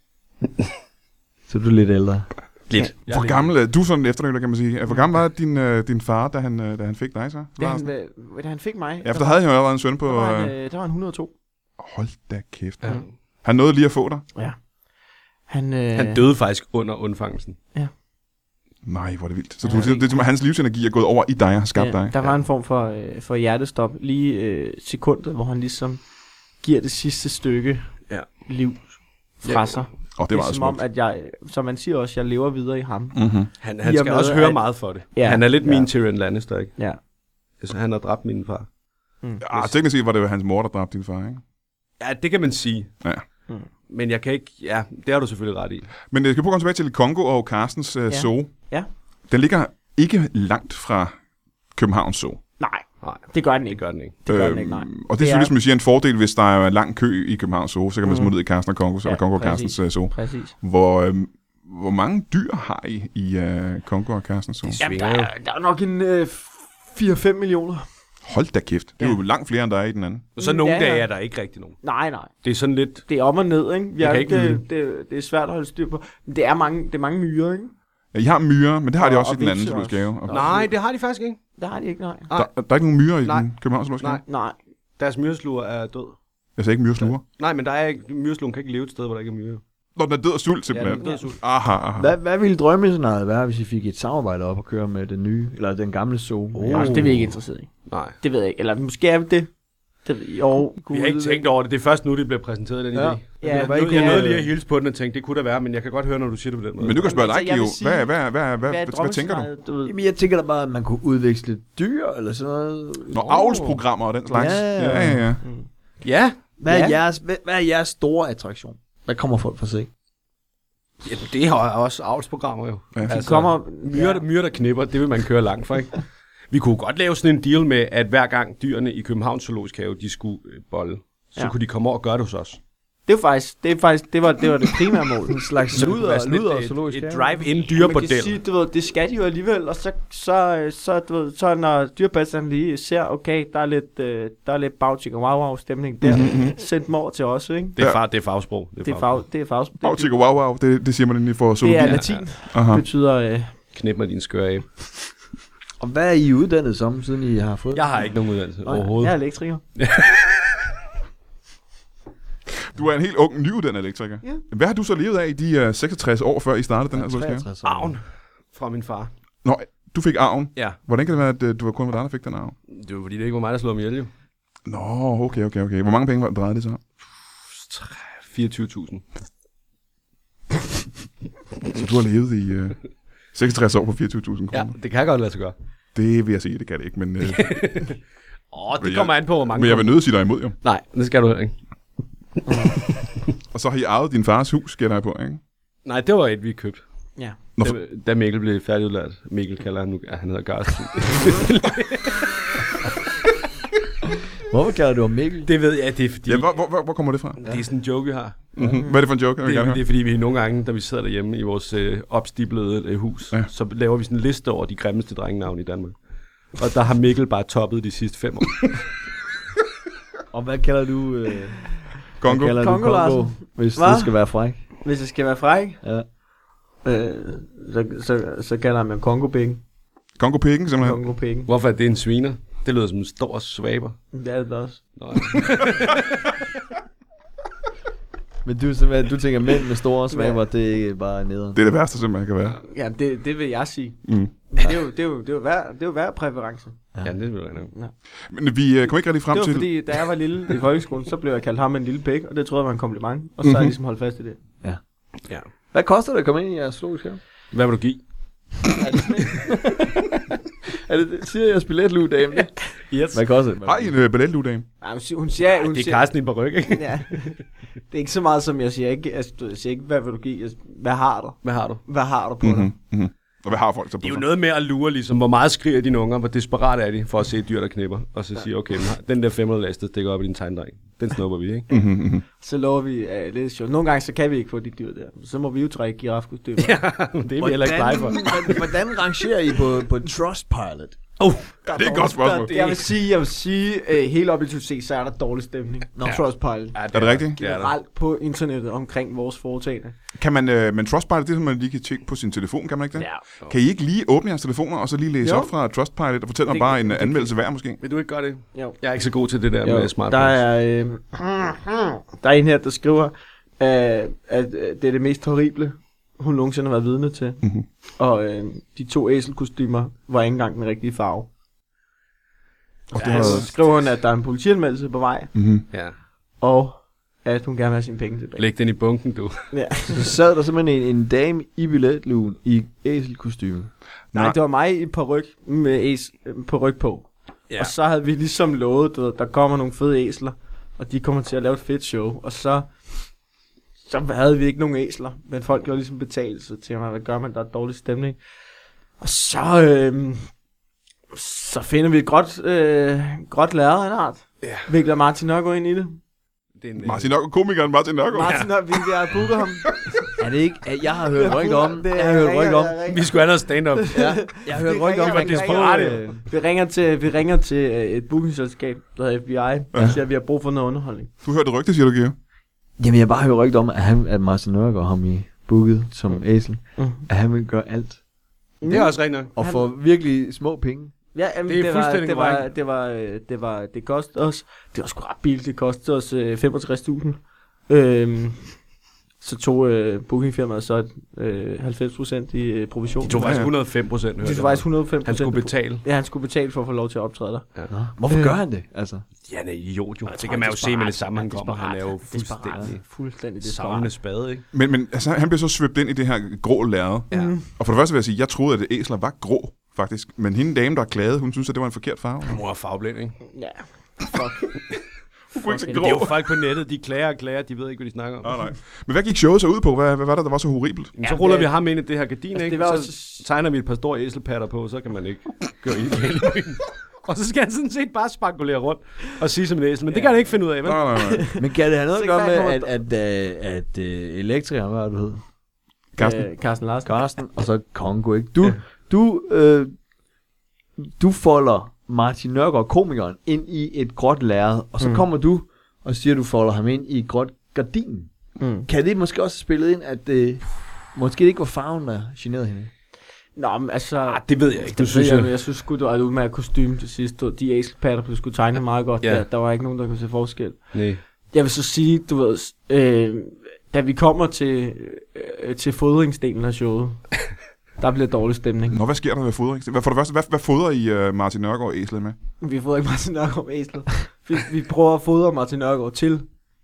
Så du er lidt ældre. Lidt. Hvor gammel er du er sådan en efterfølger, kan man sige? Hvor gammel var din, øh, din far, da han, øh, da han fik dig så? Da Larsen? han, øh, da han fik mig, Ja, for der havde han jo allerede en søn på... der, var han, Øh... øh, der var han et hundrede og to. Hold da kæft. Ja. Han nåede lige at få dig. Ja. Han, øh, Han døde faktisk under undfangelsen. Nej, hvor er det vildt. Så Ja, du, det, det, det, det, hans livsenergi er gået over i dig og har skabt ja, dig. der var en form for, øh, for hjertestop lige øh, sekundet, hvor han ligesom giver det sidste stykke Ja. liv fra Ja. sig. Og det var det er også som om, smukt. at jeg, som man siger også, jeg lever videre i ham. Mm-hmm. Han, I han og skal med, også høre at- meget for det. Ja. Han er lidt Ja. min Tyrion Lannister, ikke? Ja. Altså, han har dræbt min far. Mm. Ah, teknisk set var det jo hans mor, der dræbte din far, ikke? Ja, det kan man sige. Ja. Mm. Men jeg kan ikke... Ja, det har du selvfølgelig ret i. Men jeg skal prøve at komme tilbage til Kongo og Carstens øh, Ja. zoo. Ja. Den ligger ikke langt fra Københavns Zoo. Nej, Nej, det gør den ikke. det gør den ikke. Det gør den ikke, nej. Og det er Det selvfølgelig, er- som vi siger, en fordel, hvis der er lang kø i Københavns Zoo, så kan man Mm. smutte ud i Carsten og Kongo, så Ja, er Kongo og præcis. Carstens uh, Zoo. Præcis. Hvor, øhm, hvor mange dyr har I i uh, Kongo og Carstens Zoo? Jamen, der, svinger er, der er nok en øh, fire fem millioner. Hold da kæft. Det er jo langt flere, end der er i den anden. Og så nogle Ja, ja. dage er der ikke rigtig nogen. Nej, nej. Det er sådan lidt... Det er op og ned, ikke? Vi Jeg er, kan ikke det, vide det, det er svært at holde styr på. Men det er mange, det er mange myrer, ikke? Ja, I har myrer, men det har de Og- også og i den anden vipse zoologiske have. Og Nej, det har de faktisk ikke. Det har de ikke, nej. der, der er ikke nogen myrer i Nej. den Københavns zoologiske Nej. have? Nej. Deres myresluger er død. Jeg sagde ikke myresluger. Nej, men der er ikke... Myreslugen kan ikke leve et sted, hvor der ikke er myrer. Når den er død og sult, Ja, simpelthen. den er død og sult. Aha, aha. Hvad, hvad ville drømmescenariet være, hvis I fik et samarbejde op og køre med den nye, eller den gamle zoo? Oh. Altså, det er vi ikke interesseret i. Nej. Det ved jeg ikke. Eller måske er vi det. Det ved jeg. Jo, Vi har ikke tænkt over det. Det er først nu, det bliver præsenteret, den Ja. idé. Ja, jeg, hvad I jeg, jeg kunne- nåede lige at hilse på den og tænkte, det kunne da være, men jeg kan godt høre, når du siger det på den måde. Men du kan spørge Altså, dig, jeg vil Geo. sige- Hvad, hvad, hvad, hvad, hvad, Hvad er hvad tænker du? drømmescenariet, du ved? Jamen, jeg tænker da bare, at man kunne udveksle dyr, eller sådan noget. Nå, avlsprogrammer og den slags. Ja. ja, ja. ja. Ja. Hvad er, Ja. jeres, hvad, hvad er jeres store attraktion? Hvad kommer folk for at se? ja, det har også avlsprogrammer jo. Ja. Altså, kommer- myrer, der, myrer, der knipper, det vil man køre langt for, ikke? Vi kunne godt lave sådan en deal med, at hver gang dyrene i Københavns Zoologisk Have, de skulle øh, bolle, så Ja. kunne de komme over og gøre det hos os. Det var faktisk, det er faktisk, det var det, var det primære mål. En slags Så det kunne luder, være sådan luder et, og et, zoologisk et have. drive-in Man kan dyrebordel. sige, du ved, det skal de jo alligevel, og så, så, så, du ved, så når dyrpasseren lige ser, okay, der er lidt, øh, der er lidt bagtik og wow wow stemning der, mm-hmm. send dem over til os, ikke? Det er, far, det er fagsprog. Det er fag, det er fag, det, Wow, tikker, wow, wow. Det, det siger man egentlig for det zoologi. er latin, Aha. det betyder, øh, Knip mig din skøre af. Og hvad er I uddannet som, siden I har fået? Jeg har ikke nogen uddannelse jeg overhovedet. er elektriker. Du er en helt ung, nyuddannet elektriker. Ja. Hvad har du så levet af i de uh, seksogtres år, før I startede den her zoologiske have? treogtres år. Arven fra min far. Nå, du fik arven. Ja. Hvordan kan det være, at uh, du var kun med dig, der fik den arv? Det var fordi, det ikke var mig, der slog mig ihjel, jo. Nå, okay, okay, okay. Hvor mange penge var- drejede det så? fireogtyve tusind. Så du har levet i uh, seksogtres år på fireogtyve tusind Ja, kroner? det kan godt lade sig gøre. Det vil jeg sige, det kan det ikke, men, uh, Åh, oh, Men det jeg- kommer an på, hvor mange... men jeg vil nødt sige dig imod, jo. Nej, det skal du heller ikke. Og så har I arvet din fars hus, gætter jeg på, ikke? Nej, det var et, vi købte. Ja. Nå, Da, da Mikkel blev færdigudlært. Mikkel kalder han nu... Ja, han hedder Garsten. Hvorfor kalder du ham Mikkel? Det ved jeg, det er fordi... Ja, hvor, hvor, hvor, hvor kommer det fra? Det er sådan en joke, vi har. Mm-hmm. Hvad er det for en joke? Jeg vil Det gerne er, det høre. er fordi, vi nogle gange, da vi sidder derhjemme i vores øh, opstiplede øh, hus, Ja. ja. så laver vi sådan en liste over de grimmeste drengenavne i Danmark. Og der har Mikkel bare toppet de sidste fem år. Og hvad kalder du... Øh, Kongo? Hvad kalder Kongo du Kongo, Larsen. hvis Hva? det skal være fræk? Hvis jeg skal være fræk, Ja. øh, så, så, så kalder jeg mig Kongo-pikken. Kongo-pikken, simpelthen. Kongo-pikken. Hvorfor er det en sviner? Det lyder som en stor svaber. Det er det da også. Nå, Men du, simpelthen, du tænker, mænd med store svaber, det er bare nederen. Det er det værste, simpelthen kan være. Ja, det, det vil jeg sige. Mm. Men det er jo, det er jo, det er jo, hver, det er jo hver præference. ja, det vil jeg nok. Men vi uh, kom ikke rigtig frem Det var til... fordi, da jeg var lille i folkeskolen, så blev jeg kaldt ham en lille pæk, og det troede jeg var en kompliment. Og så har jeg ligesom holdt fast i det. Ja. Hvad koster det at komme ind i jeres zoologisk have? Hvad vil du give? Er det det? Siger jeres billetlue, dame? Yes. Hvad koster det? Har I en uh, billetluedame? Ja, hun siger, hun siger, hun Det er siger Carsten i Baryk, ikke? ja. Det er ikke så meget, som jeg siger. Ikke, altså, jeg siger ikke, hvad vil du give? Jeg, siger, hvad har du? Hvad har du? Hvad har du på Mm-hmm. dig? Mm-hmm. Og hvad har folk så på Det er jo sig? noget med at lure, ligesom, hvor meget skriger dine unger, hvor desperat er de for at se dyr, der knipper. Og så siger, okay, men den der fem hundrede laste stikker op i din tegndreng. Den snupper vi, ikke? Mm-hmm, mm-hmm. Så lover vi, at uh, det er sjovt. Nogle gange, så kan vi ikke få de dyr der. Så må vi jo trække girafkostymer. Ja, det er vi heller ikke blege for. Hvordan, hvordan rangerer I på, på Trustpilot? Oh, Det er et godt spørgsmål. Jeg vil sige, jeg vil sige uh, helt op i to C, så er der dårlig stemning. Når Ja. Trustpilot. ja, Er det rigtigt? Det er der. Generelt på internettet omkring vores foretagende. Kan man, øh, men Trustpilot, det er, som man lige kan tjekke på sin telefon, kan man ikke det? Ja. Kan I ikke lige åbne jeres telefoner, og så lige læse Jo. op fra Trustpilot, og fortælle mig Det- bare en det- uh, anmeldelse hver måske? Vil du ikke gøre det? Jo. Jeg er ikke så god til det der Jo, med der smartphones. er, øh, der er en her, der skriver, øh, at øh, det er det mest horrible, hun nogensinde har været vidne til. Mhm. Og øh, de to æselkostymer var ikke engang den rigtige farve. Og det Ja, har så skriver hun, at der er en politianmeldelse på vej, mm-hmm. Ja. og at hun gerne vil have sine penge tilbage. Læg den i bunken, du. Ja. Så sad der simpelthen en, en dame i billetluen i æselkostyme. Nej, det var mig i paryk med æs, øh, paryk på. Ja. Og så havde vi ligesom lovet, du ved, der kommer nogle fede æsler, og de kommer til at lave et fedt show. Og så, så havde vi ikke nogen æsler, men folk gjorde ligesom betalelse til mig, hvad gør man, der er dårlig stemning. Og så, øh, Så finder vi et gråt, øh, gråt lærred af en art. Ja. Vikler Martin Nørgaard ind i det. Det er en, Martin Nørgaard, komikeren Martin Nørgaard. Martin Nørgaard, vi har booket ham. Er det ikke? Jeg har hørt rygter om. Det Jeg har hørt rygter om. vi skulle have noget stand-up. Ja, jeg har hørt rygter om, ringer- at vi det ringer- er Vi ringer til, vi ringer til øh, et bookingselskab, der hedder F B I, og siger, at vi har brug for noget underholdning. Du hørte rygte, siger du, Geo? Jamen, jeg har bare hørt rygter om, at, han, at Martin Nørgaard ham i booket som æsel. Mm. At han vil gøre alt. Det er også rigtigt nok. Og Han- få virkelig små penge. Ja, jamen, Det er det, var, fuldstændig det, var, korrekt. det var, øh, det var, det kostede os, det var sgu ret billigt, det kostede os øh, femogtres tusind. Øhm, så tog øh, bookingfirmaet så øh, halvfems procent i øh, provision. De tog faktisk hundrede og fem procent. De tog faktisk hundrede og fem procent. Han skulle betale. Ja, han skulle betale for at få lov til at optræde der. Nå. Hvorfor Øh. gør han det? Altså. Ja, han er idiot jo. Jeg Det tror, kan man jo se med desperat. det samme, han kommer. Han er jo Desperat. fuldstændig Fuldstændig savne desperat. spade, ikke? Men, men altså, han blev så svøbt ind i det her grå lærred. Ja. Mm. Og for det første vil jeg sige, jeg troede, at det æsler var grå, faktisk. Men hende dame, der klagede, hun synes, at det var en forkert farve. Han må have farveblind, ikke? Ja. Fuck. Fuck, så Det er jo folk på nettet, de klager og klager, de ved ikke, hvad de snakker om. Nej, nej. Men hvad gik showet så ud på? Hvad, hvad var det, der var så horribelt? Jamen, så Ja, ruller det- vi ham ind i det her gardin, Altså, ikke? det var Så også- tegner vi et par store æselpatter på, så kan man ikke gøre i det. Og så skal han sådan set bare spankulere rundt og sige som en æsel, men det kan han ikke finde ud af, vel? Nej, nej, nej. Men kan det have noget at Så gøre kan med, jeg at, at, at, at, at elektrikeren, hvad er det, du hed? Karsten? Øh, Carsten Larsen. Karsten, og så Kongo, ikke? Du, du, øh, du folder Martin Nørgaard, komikeren, ind i et gråt lærred, og så Mm. kommer du og siger, at du folder ham ind i et gråt gardin. Mm. Kan det måske også spille ind, at øh, måske det ikke var farven, der generede hende? Nå, men altså... Ah, det ved jeg ikke, Det det synes synes jeg, jeg. men jeg synes sgu, det var et udmærket kostume til sidst. Du- De æselpatter, du skulle tegne meget godt. Ja. Der, der var ikke nogen, der kunne se forskel. Nej. Jeg vil så sige, du ved, øh, da vi kommer til, øh, til fodringsdelen af showet, der bliver dårlig stemning. Nå, hvad sker der ved fodring? Hvad, for det første, hvad, hvad fodrer I uh, Martin Nørgaard æslet med? Vi får ikke Martin Nørgaard med æslet. Vi, vi prøver at fodre Martin Nørgaard til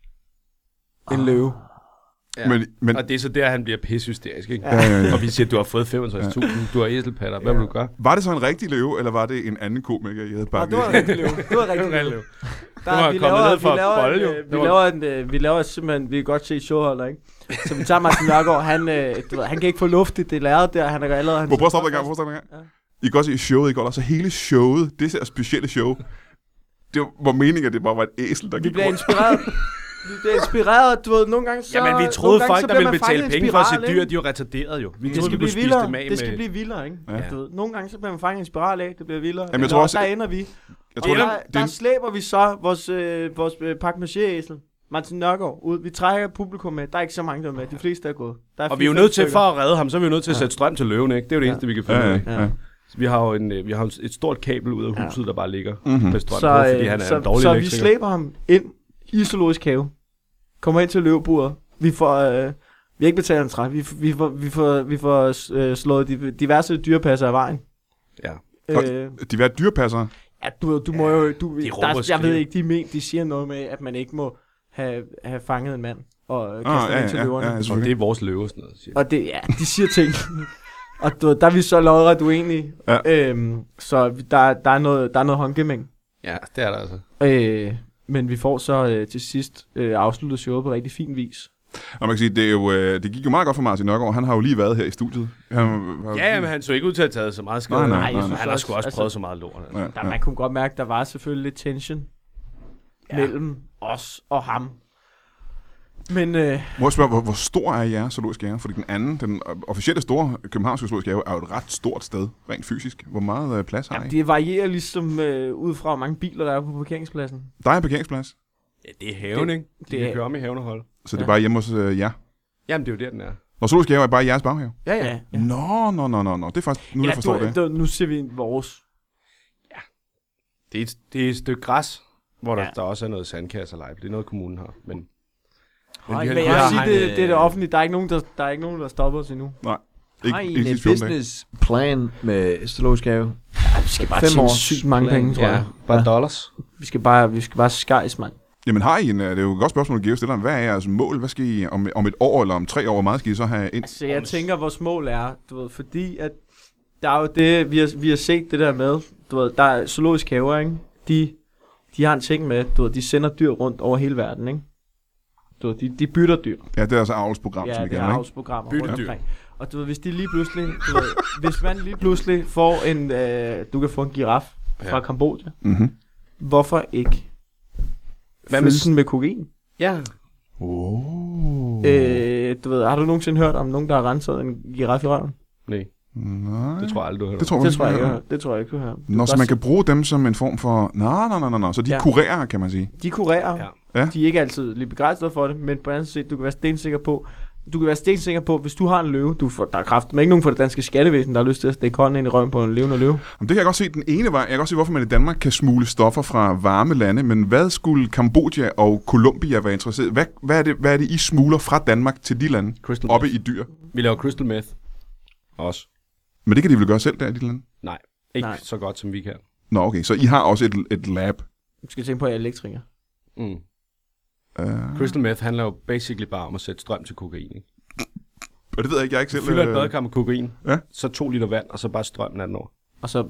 en løve. Ja. Men, men, Og det er så der, han bliver pissehysterisk, ikke? ja, ja, ja. Og vi siger, du har fået femogtres tusind, du har æselpatter, hvad vil du gøre? Var det så en rigtig løve, eller var det en anden komiker, I havde Og bakket? det var en rigtig løve. Det var en rigtig løve. løve. Der, Nu er vi, jeg kommet laver, ned for vi, laver at bolle, jo. en, øh, Det vi, var- laver en, øh, vi laver simpelthen, vi kan godt se showholder, ikke? Så vi tager Martin Nørgaard, han, øh, du ved, han kan ikke få luft i det lærred der, han er allerede... Må prøve at stoppe dig en gang, prøv at stoppe dig en gang. I kan godt se showet i går, og så hele showet, det her specielle show, det var meningen, at det bare var et æsel, der Vi gik bliver rundt. inspireret. Vi bliver inspireret, du ved, nogle gange så... Jamen, vi nogle troede gange, folk, så der bliver ville man fanget betale i en penge for at se spiral, dyr, ikke? de er jo retarderede jo. Vi Det troede, skal vi blive kunne spise vildere. dem af Det skal med... blive vildere, ikke? Ja. Du ved, nogle gange så bliver man fanget i en spiral af, det bliver vildere. Jamen, jeg Eller tror også- der ender vi. Jeg Og tror, der, det, der det, slæber vi så vores, øh, vores øh, pakmaché-æsel. Martin Nørgaard ud. Vi trækker publikum med. Der er ikke så mange, der er med. De fleste er gået. Der er Og vi er jo fire, nødt fem til, for at redde ham, så er vi jo nødt til at Ja. sætte strøm til løven, ikke? Det er jo det Ja. eneste, vi kan finde ja, ud ja, af. Ja. ja. Så vi har jo en, øh, vi har jo et stort kabel ud af huset, der bare ligger Mhm. med strøm så, på, fordi øh, han er så, en dårlig så vi elektriker. slæber ham ind i zoologisk have. Kommer ind til løveburet. Vi får... Øh, vi har ikke betalt en træ. Vi, vi får, vi får, vi får øh, slået de, diverse dyrepasser af vejen. Ja. Øh, De var dyrpassere. ja, du, du må jo... Du, De der, råber og jeg ved skriger. ikke, de, men, de siger noget med, at man ikke må have, have fanget en mand og øh, kaste Ah, ham ja, ind til ja, løverne. ja, ja, Og selvfølgelig. det er vores løve og sådan noget, siger. Og det, ja, de siger ting. Og du, der er vi så lodret uenige. Ja. Øhm, så vi- der, der, er noget, der er noget håndgemæng. Ja, det er der altså. Øh, men vi får så øh, til sidst øh, afsluttet showet på rigtig fin vis. Og man kan sige, det, er jo, øh, det gik jo meget godt for Martin Nørgaard. Han har jo lige været her i studiet. Han, har jo Ja, lige- men han så ikke ud til at have taget så meget skade. Nej, nej, nej, jeg Men synes han har også- sgu også altså- prøvet så meget lort. Altså. Ja, Der, ja. man kunne godt mærke, der var selvfølgelig lidt tension Ja. ja. mellem os og ham. Men øh, Må jeg spørge, hvor, hvor stor er jeres zoologiske have? Fordi den anden, den officielle store københavnske zoologiske have, er jo et ret stort sted, rent fysisk. Hvor meget øh, plads har ja, I? det varierer ligesom øh, ud fra, hvor mange biler der er på parkeringspladsen. Der er en parkeringsplads, Ja, det er haven, Det- ikke? De det kan er- køre om i haven og holde. så det er Ja. bare hjemme hos øh, jer. Jamen, det er jo der, den er. Når zoologiske have er bare jeres baghave. Ja, ja. Ja, ja. Nå, nå, nå, nå, nå. Det er faktisk, nu ja, jeg forstår du, det. du, nu ser vi vores. Det er et, det er et stykke græs, hvor der, Ja. der også er noget sandkasserleje. Det er noget, kommunen har. Men, men Ej, vi har, Men vi jeg har, vil sige, hegnet- det, det er det offentlige. Der er ikke nogen, der, der, er ikke nogen, der stopper os endnu. Ikke, Har I ikke en sidste fjorten dage. business plan med zoologisk have? Vi skal bare Fem tjene års sygt mange plan. penge, tror ja, jeg. bare dollars. Vi skal bare, vi skal bare skejs, mand. Jamen har I en, øh, det er jo et godt spørgsmål, at Geo stiller. Hvad er jeres mål? Hvad skal I om, om et år eller om tre år? Hvor meget skal I så have ind? Altså, jeg tænker, vores mål er, du ved, fordi at der er jo det, vi har, vi har set det der med, du ved, der er zoologiske haver, ikke? De, de har en ting med, du ved, de sender dyr rundt over hele verden, ikke? Du ved, de, de bytter dyr. Ja, det er altså avlsprogram, Ja, som vi det er kalder det, ikke? avlsprogrammer Bytte rundt dyr. omkring. Og du ved, hvis de lige pludselig, du ved, hvis man lige pludselig får en, øh, du kan få en giraf fra Ja. Kambodja. Mm-hmm. Hvorfor ikke Hvad med fyldelsen med kokain? Ja. Oh. Øh, du ved, har du nogensinde hørt om nogen, der har renset en giraf i røven? Nej, Nej. det tror jeg aldrig, du har hørt Det tror, om. Det tror jeg ikke, ikke, det tror jeg ikke, du har. Nå, så man kan bruge dem som en form for... Nå, nå, nå, nå, nå. Så de Ja. kurerer, kan man sige. De kurerer. Ja. Ja. De er ikke altid lige begejstrede for det, men på anden side, du kan være stensikker på, du kan være stensikker på, hvis du har en løve, du får, der er kraft, men ikke nogen fra det danske skattevæsen, der har lyst til at stikke hånden ind i røven på en levende løve. Jamen, det kan jeg godt se den ene vej. Jeg kan godt se, hvorfor man i Danmark kan smule stoffer fra varme lande, men hvad skulle Kambodja og Colombia være interesseret? Hvad, hvad, er det, hvad er det, I smugler fra Danmark til de lande? Crystal Oppe meth. i dyr. Vi laver crystal meth. Også. Men det kan de vel gøre selv der i de lande? Nej, ikke Nej. så godt, som vi kan. Nå, okay. Så I har også et, et lab. Du skal tænke på, at jeg er elektriker. Mm. Uh, Crystal meth handler jo basically bare om at sætte strøm til kokain. Ikke? og det ved jeg ikke. Jeg er ikke Du selv... fylder et øh, badekar med kokain, Ja. så to liter vand, og så bare strøm natten over. Og så...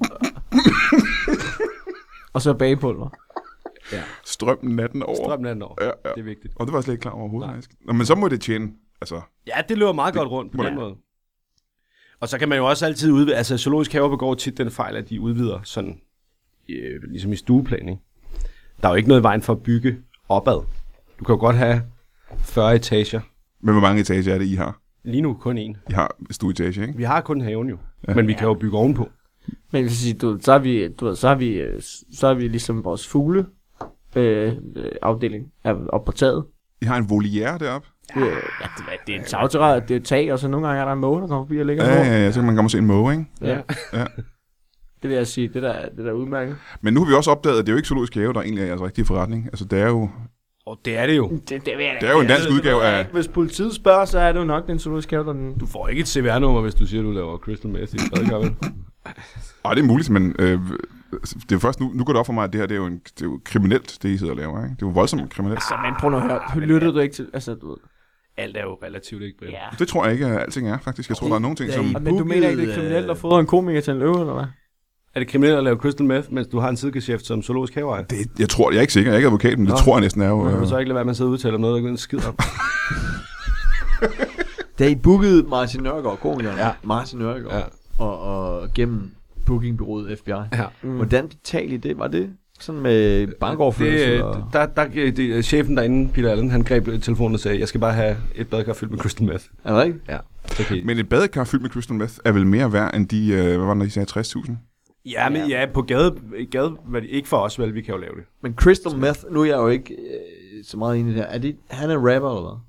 og så bagepulver. strøm natten over. Strøm natten over. Ja, ja. Det er vigtigt. Og det var jeg slet ikke klar over overhovedet. Nej. faktisk. Nå, men så må det tjene. Altså, Ja, det løber meget godt rundt på Ja. den måde. Og så kan man jo også altid udvide, altså zoologisk haver begår tit den fejl, at de udvider sådan, øh, ligesom i stueplan, ikke? Der er jo ikke noget i vejen for at bygge opad. Du kan jo godt have fyrre etager. men hvor mange etager er det, I har? Lige nu kun en. I har stueetage, ikke? Vi har kun haven jo, Ja. ja. men vi kan jo bygge ovenpå. Men jeg vil sige, du, så er vi, du ved, så er vi, øh, så er vi ligesom vores fugle øh, øh, afdeling er oppe på taget. I har en voliere deroppe? Det, er- ja, det, er- det er en tagterræde, det er et tag, og så nogle gange er der en måge, der kommer forbi og ligger Ja, på. ja, ja. Så kan man komme og se en måge, ikke? Ja. Ja. Det vil jeg sige, det der, det der er udmærket. Men nu har vi også opdaget, at det er jo ikke zoologisk have, der egentlig er jeres rigtige forretning. Altså, det er jo... Og det er det jo. Det, det, vil jeg, Det er jo en dansk udgave af... Hvis politiet spørger, så er det jo nok den zoologiske have, der den... Du får ikke et C V R-nummer, hvis du siger, du laver crystal meth i et badekar, vel? Ej, det er muligt, men øh, det er først nu, nu går det op for mig, at det her det er jo, en, det er jo kriminelt, det I sidder og laver, ikke? Det er jo voldsomt kriminelt. Altså, men prøv nu at høre, lyttede du ikke til... Altså, du ved... Alt er jo relativt, ikke, Brian? Ja. Det tror jeg ikke, at alting er, faktisk. Jeg tror, der er nogle ting, Ja, som... I- Men du mener ikke, det er kriminelt at fodre en komiker til en løve, eller hvad? Er det kriminelt at lave crystal meth, mens du har en sidegeschæft som zoologisk haveejer? Det, jeg tror, jeg er ikke sikker, jeg er ikke advokat, men det Nå. tror jeg næsten er jo... Må du Øh, så ikke lade være med at sidde og udtale om noget, der ikke ved en skid om? Da I bookede Martin Nørgaard, komikeren, Ja. Martin Nørgaard, Ja. og, og gennem bookingbureauet F B I. Ja. Mm. Hvordan betalte I det? Var det sådan med bankoverførsel? Det, og... der, der, det, chefen derinde, Peter Allen, han greb telefonen og sagde, jeg skal bare have et badekar fyldt med crystal meth. Er det rigtigt? Ja, så kan I. men et badekar fyldt med crystal meth er vel mere værd end de, øh, hvad var det, I sagde, tres tusind? Ja, men ja, på gade, gade vel, ikke for os, vel, vi kan jo lave det. Men Crystal Meth, nu er jeg jo ikke øh, så meget inde i det her. Er det, han er rapper eller hvad?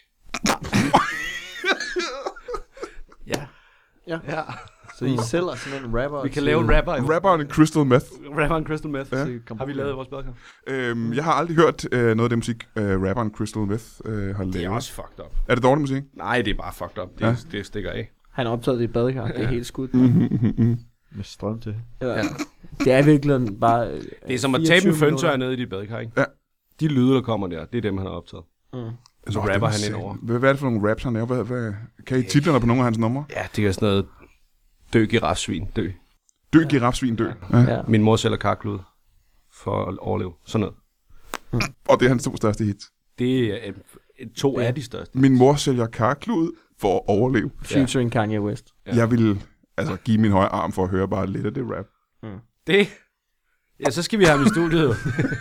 Ja. Ja. Ja. Så I sælger sådan en rapper Vi kan til- lave en rapper. i- Rapperen Crystal Meth. Rapperen crystal meth. Ja. til Har vi lavet i vores badekar? Øhm, jeg har aldrig hørt øh, noget af det musik, øh, rapperen Crystal Meth øh, har lavet. Det er også fucked up. Er det dårlig musik? Nej, det er bare fucked up. Det, Ja. ja. det stikker af. Han er optaget i et badekar, det er helt skudt. Med strøm til. Ja. Det er virkelig bare... øh, Det er som at fireogtyve tabe en minutter. føntør ned i dit badekar, ikke? Ja. De lyde, der kommer der, det er dem, han har optaget. Mm. Så Nå, det rapper var han sandt. ind over. Hvad, hvad er det for nogle raps, han laver? Hvad, hvad, kan I titlerne på nogle af hans numre? Ja, det er sådan noget dø girafsvin, dø. Dø, girafsvin, dø. Ja. Ja. Min mor sælger karklud for at overleve. Sådan noget. Og det er hans to største hits. Det er øh, to af de største. Min mor sælger karklud for at overleve. Featuring Kanye West. Ja. Jeg vil altså give min højre arm for at høre bare lidt af det rap. Det? Ja, så skal vi have ham i studiet. jo.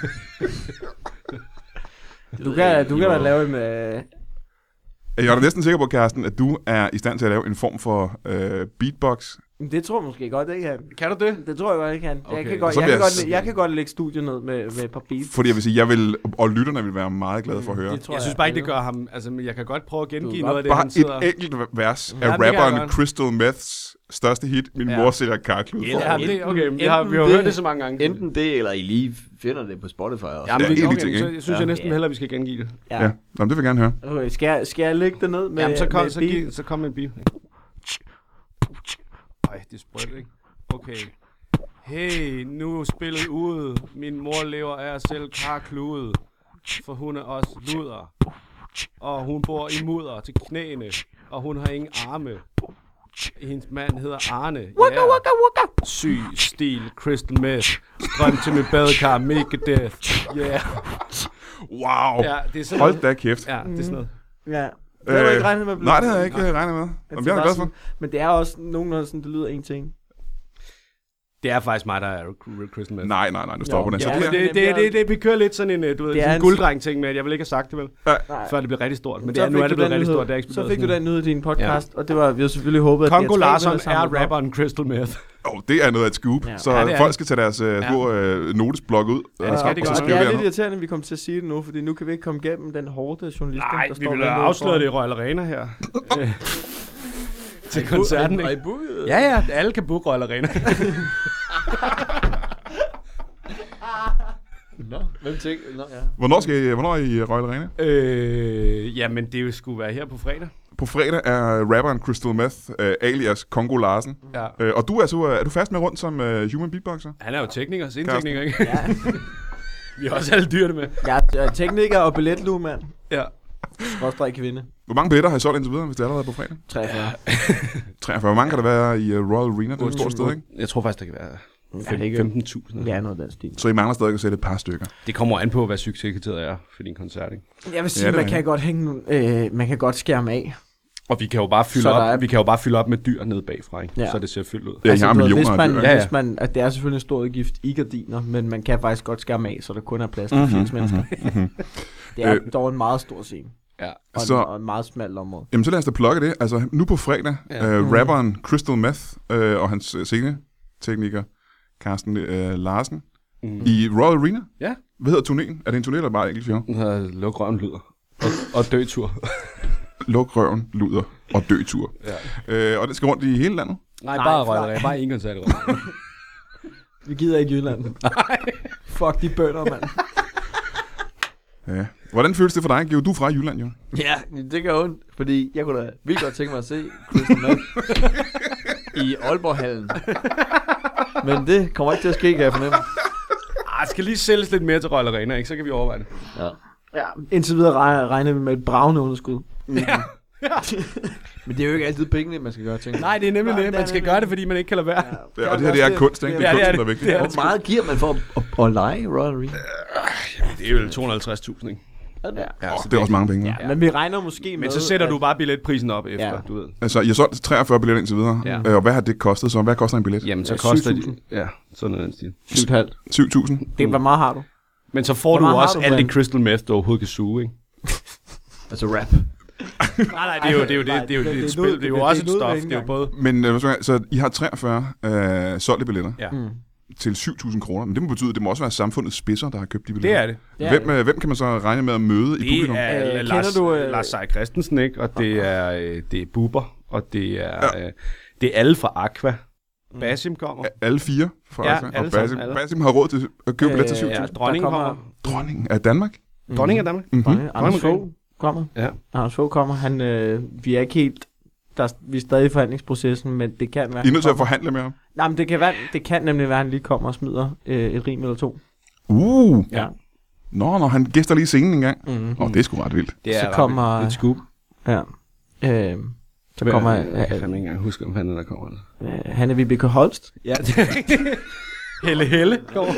Du kan, du kan da lave en... Øh, Jeg er da næsten sikker på, Karsten, at du er i stand til at lave en form for øh, beatbox. det tror jeg måske godt, ikke han. Kan du det? Det tror jeg godt, ikke han. Okay. Jeg kan godt, Så jeg bliver kan jeg godt, s- jeg kan godt lægge studiet ned med, med et par beats. Fordi jeg vil sige, jeg vil, og lytterne vil være meget glade for at høre. Det tror Jeg synes bare ikke, det gør ham... Altså, men jeg kan godt prøve at gengive Du noget af det, Bare han sidder... et enkelt vers Ja, af det kan jeg rapperen godt. Crystal Meths største hit, Min Ja. mor sælger karklud. Ja, for. det, okay, vi enten har, vi har det- hørt det så mange gange. Enten det, eller I lige finder det på Spotify også. Jamen, Ja, vi, en af de okay, ting, så ikke? jeg synes Ja. jeg næsten hellere, vi skal gengive det. Ja, Nå, men det vil jeg gerne høre. Okay, skal, jeg, skal jeg lægge det ned med, Jamen, så kom, med så, beat? giv, så kom med en bil. Ej, det er sprødt, ikke? Okay. Hey, nu er spillet ude. Min mor lever af at sælge karklude. For hun er også luder. Og hun bor i mudder til knæene. Og hun har ingen arme. Hendes mand hedder Arne. Yeah. Syg stil, crystal meth. Strøm til mit badekar, Megadeth. Yeah. Wow. Ja, det er sådan Hold noget. da kæft. Ja, det er sådan noget. Ja. Det havde du ikke regnet med. Nej, det havde jeg ikke øh, regnet med. Jamen, jeg er da glad for. Men det er også nogenlunde sådan, det lyder en ting. Det er faktisk mig, der er Crystal Meth. Nej, nej, nej, nu stopper Jo, den. Så ja, det er, Det, det, det, det, vi kører lidt sådan en, du ved, Det er sådan en en- gulddreng-ting med, at jeg vil ikke have sagt det vel, Ja. før det bliver rigtig stort. Men det Så er, nu fik er det du blevet den rigtig nyhed. stort. Det er eksploderet Så fik du sådan. den nyhed i din podcast, og det var, vi har selvfølgelig håbet, at Congo de her tre Larson ville have er samlet op. rapperen Crystal Meth. oh, det er noget af et scoop. Ja. Så Ja, det er folk det. skal tage deres uh, små uh, notesblok ud. Ja, det skal og, de og så godt. Og skrive det er det lidt ned. irriterende, at vi kommer til at sige det nu, fordi nu kan vi ikke komme igennem den hårde journalist, Nej, der vi står vil dernede have afsløret foran. det i Royal Arena her. Øh, Til Og koncerten, i- og ikke? i budet. Ja, ja, alle kan booke Royal Arena. Nå, hvem tænker? Nå, ja. Hvornår, skal I, hvornår er I i Royal Arena? øh, jamen, det skulle være her på fredag. På fredag er rapperen Crystal Meth, uh, alias Congo Larsen. Ja. Uh, og du er, så, er du fast med rundt som uh, human beatboxer? Han er jo tekniker, scenetekniker, ikke? Ja, Vi har også alle dyrene med. jeg er tekniker og billetlue, mand. Ja. Skråstrej kvinde. Hvor mange billetter har I solgt indtil videre, hvis det er allerede på fredag? treogfyrre. treogfyrre. Hvor mange kan der være i uh, Royal Arena? Det er et stort sted, ikke? Jeg tror faktisk, der kan være Ja, det er ikke- femten tusind. Ja, noget af den stil. Så I mangler stadig at sætte et par stykker. Det kommer an på, hvad succeskriteriet er for din koncert, ikke? Jeg vil sige, Ja, det man er- kan godt hænge, nogle- øh, man kan godt skærme af. Og vi kan jo bare fylde Så der er- op, vi kan jo bare fylde op med dyr ned bagfra, ikke? Ja. Så det ser fyldt ud. Ja, I har du ved, millioner hvis af man, dyr. Ja, ja. hvis man, at det er selvfølgelig en stor udgift i gardiner, men man kan faktisk godt skærme af, så der kun er plads til Mhm, firs mennesker. mhm. Det er Øh. dog en meget stor scene, Ja. og, Så- så, en, og en meget smal område. Jamen, så lad os da plukke det. Altså, nu på fredag, Ja. ja. uh, Mhm. rapperen Crystal Meth uh, og hans uh, scenetekniker Carsten uh, Larsen Mm. i Royal Arena. Ja. Hvad hedder turnéen? Er det en turné, eller bare enkelt show? Den hedder Luk røven lyder. Og, og døtur. Luk røven, luder og døtur. Ja. Uh, og det skal rundt i hele landet. Nej, Nej, bare nej. Royal Arena. Bare en koncert i Royal Arena. Vi gider ikke Jylland. Fuck de bønder, mand. Ja. Hvordan føles det for dig, Geo? Du er fra Jylland, jo. Ja, det gør ondt, fordi jeg kunne da vildt godt tænke mig at se Crystal Meth i Aalborg-hallen. Men det kommer ikke til at ske, kan jeg fornemme. Ah, skal lige sælges lidt mere til Royal Arena, ikke? Så kan vi overveje det. Ja. Ja, indtil videre regner, regner vi med et bravende underskud. Ja. Men det er jo ikke altid pengene, man skal gøre ting. Nej, det er nemlig Nej, det. det er Man skal nemlig gøre det, fordi man ikke kan lade være. Ja, og det her, det er kunst, ikke? Det er Ja, det er kunsten, der er det. vigtigt. Det er Hvor meget giver man for at, at, at lege i Royal Arena? Det er jo to hundrede og halvtreds tusind, ikke? Ja. Ja, Åh, så det er også mange penge. Ja, men vi regner måske med... Men så sætter at- du bare billetprisen op efter, Ja. du ved. Altså, I har solgt treogfyrre billetter indtil videre. Ja. Øh, Og hvad har det kostet så? Hvad koster en billet? Jamen, så Ja, koster syv det... tusind. Ja, sådan noget i den stil. syv komma fem. syv tusind. Det, hvor meget har du? Men så får Hvor du meget jo har også du, alt det Brian? crystal meth, du overhovedet kan suge, ikke? Altså rap. Nej, nej, det er jo det, er jo det, det, er jo Nej, det, det er et spil. nu- Det er jo det er også et nu, det er stof. ikke Det er jo engang. både... Men øh, så, så I har treogfyrre øh, solgte billetter Ja, Mm. til syv tusind kroner. Men det må betyde, at det må også være samfundets spidser, der har købt de billetter. det er det. Det er Hvem, det. øh, hvem kan man så regne med at møde i Det publikum? er Øh, Lars, kender du, øh, Lars Seier Christensen, ikke? Og det er, øh, det er Bubber, og det er, øh, det er alle fra Aqua. Basim kommer. Alle fire fra Ja, Aqua, alle og Basim, sammen, alle. Basim har råd til at købe billet til syv Øh, tusind. Ja, dronningen der kommer. Dronningen af Danmark? Mm. Dronningen af Danmark. Mm-hmm. Dronning, Anders Dronning Fogh kommer. Ja. Anders Fogh kommer. Han, øh, vi er ikke helt... Der, vi er stadig i forhandlingsprocessen, men det kan være... I er nødt til at han kommer. forhandle med ham. Nej, men det kan, være, det kan nemlig være, at han lige kommer og smider øh, et rim eller to. Uh! Ja. Nå, når han gæster lige scenen en gang. Mm-hmm. Åh, det er sgu ret vildt. Det er Så ret kommer- vildt. Et scoop. Ja. Øh, så kommer... Jeg kan Øh, fandme ikke engang huske, om han er der kommer. øh, han er Vibeke Holst. Ja, det er rigtigt. Helle Helle kommer.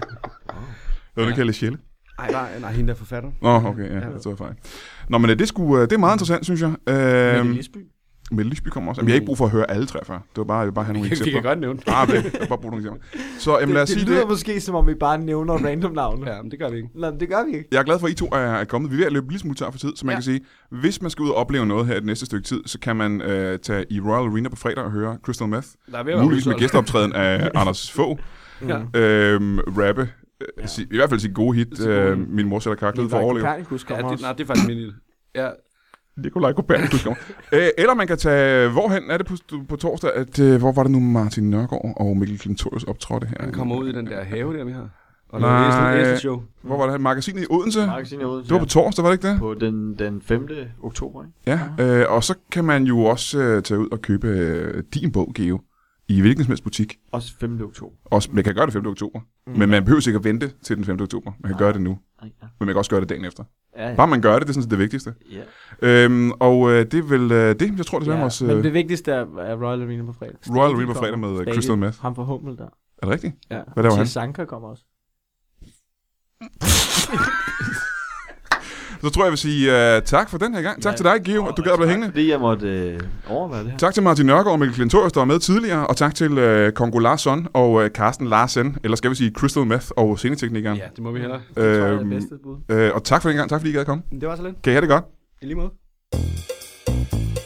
Hvad vil du kalde Sjælle? Nej, nej, nej, hende der er forfatter. Nå, okay, ja, det tror jeg fejl. Nå, men øh, det, er sgu, øh, det er meget interessant, synes jeg. Mette Øhm, Lisby. Mette Lisby kommer også. Jamen, jeg har ikke brug for at høre alle treogfyrre. Det var bare, jeg vil bare have nogle Vi kan eksempler. godt nævne det. Ah, det, jeg vil bare bruge nogle eksempler. Så jamen, lad os det, sige det lyder det. måske, som om vi bare nævner random navne. Ja, men det gør vi ikke. Nå, men det gør vi ikke. Jeg er glad for, at I to er, er kommet. Vi er ved at løbe lige smule tør for tid, så man Ja. kan sige, hvis man skal ud og opleve noget her i det næste stykke tid, så kan man øh, tage i Royal Arena på fredag og høre Crystal Meth. Der er ved at være Muligvis med udsolgt. gæsteoptræden af Anders Fogh. Ja. Øhm, rappe. Øh, Ja. si- I hvert fald sin gode hit, Sin gode øh, hit. Min mor sætter kaklet ud for at Nikolaj overleve. Kopernikus Ja, kommer det, også. nej, det er faktisk min lille. Ja, Nikolaj Kopernikus kommer. øh, eller man kan tage, hvorhen er det på, på torsdag, at, øh, hvor var det nu Martin Nørgaard og Mikkel Klintorius optrådte her? han kommer ud i den der have der, vi har. Og Nej. laver æsel, show. Hvor var det? Magasinet i Odense? Magasinet i Odense, Det var på torsdag, var det ikke det? på den, den femte oktober, ikke? Ja, øh, og så kan man jo også øh, tage ud og købe øh, din bog, Geo, i hvilken som helst butik. Også femte oktober. Også, man kan gøre det femte oktober, mm. men man behøver ikke at vente til den femte oktober. Man kan Nej. gøre det nu, Ja, men man kan også gøre det dagen efter. ja. Bare man gør det, det er sådan set det vigtigste. ja. Øhm, og øh, det er vel øh, det, jeg tror, det er Ja, vores men øh, det vigtigste er, er Royal Arena på fredag. Royal Stady Arena på fredag kommer. med øh, Stady. Crystal Meth. Ham fra Hummel der. Er det rigtigt? Ja. Hvad laver han? Sanka kommer også. Så tror jeg, jeg vil sige uh, tak for den her gang. Tak Ja. til dig, Geo, at du gad at blive hængende. Fordi jeg måtte øh, overvære det her. Tak til Martin Nørgaard og Mikkel Klintorius, der var med tidligere. Og tak til uh, Kongo Larsson og uh, Carsten Larsen, eller skal vi sige Crystal Meth og sceneteknikeren. Ja, det må vi hellere. Det tror jeg er det Øhm, bedste bud. øh, og tak for den gang. Tak fordi I gad at komme. Det var så lidt. Kan I have det godt? I lige måde.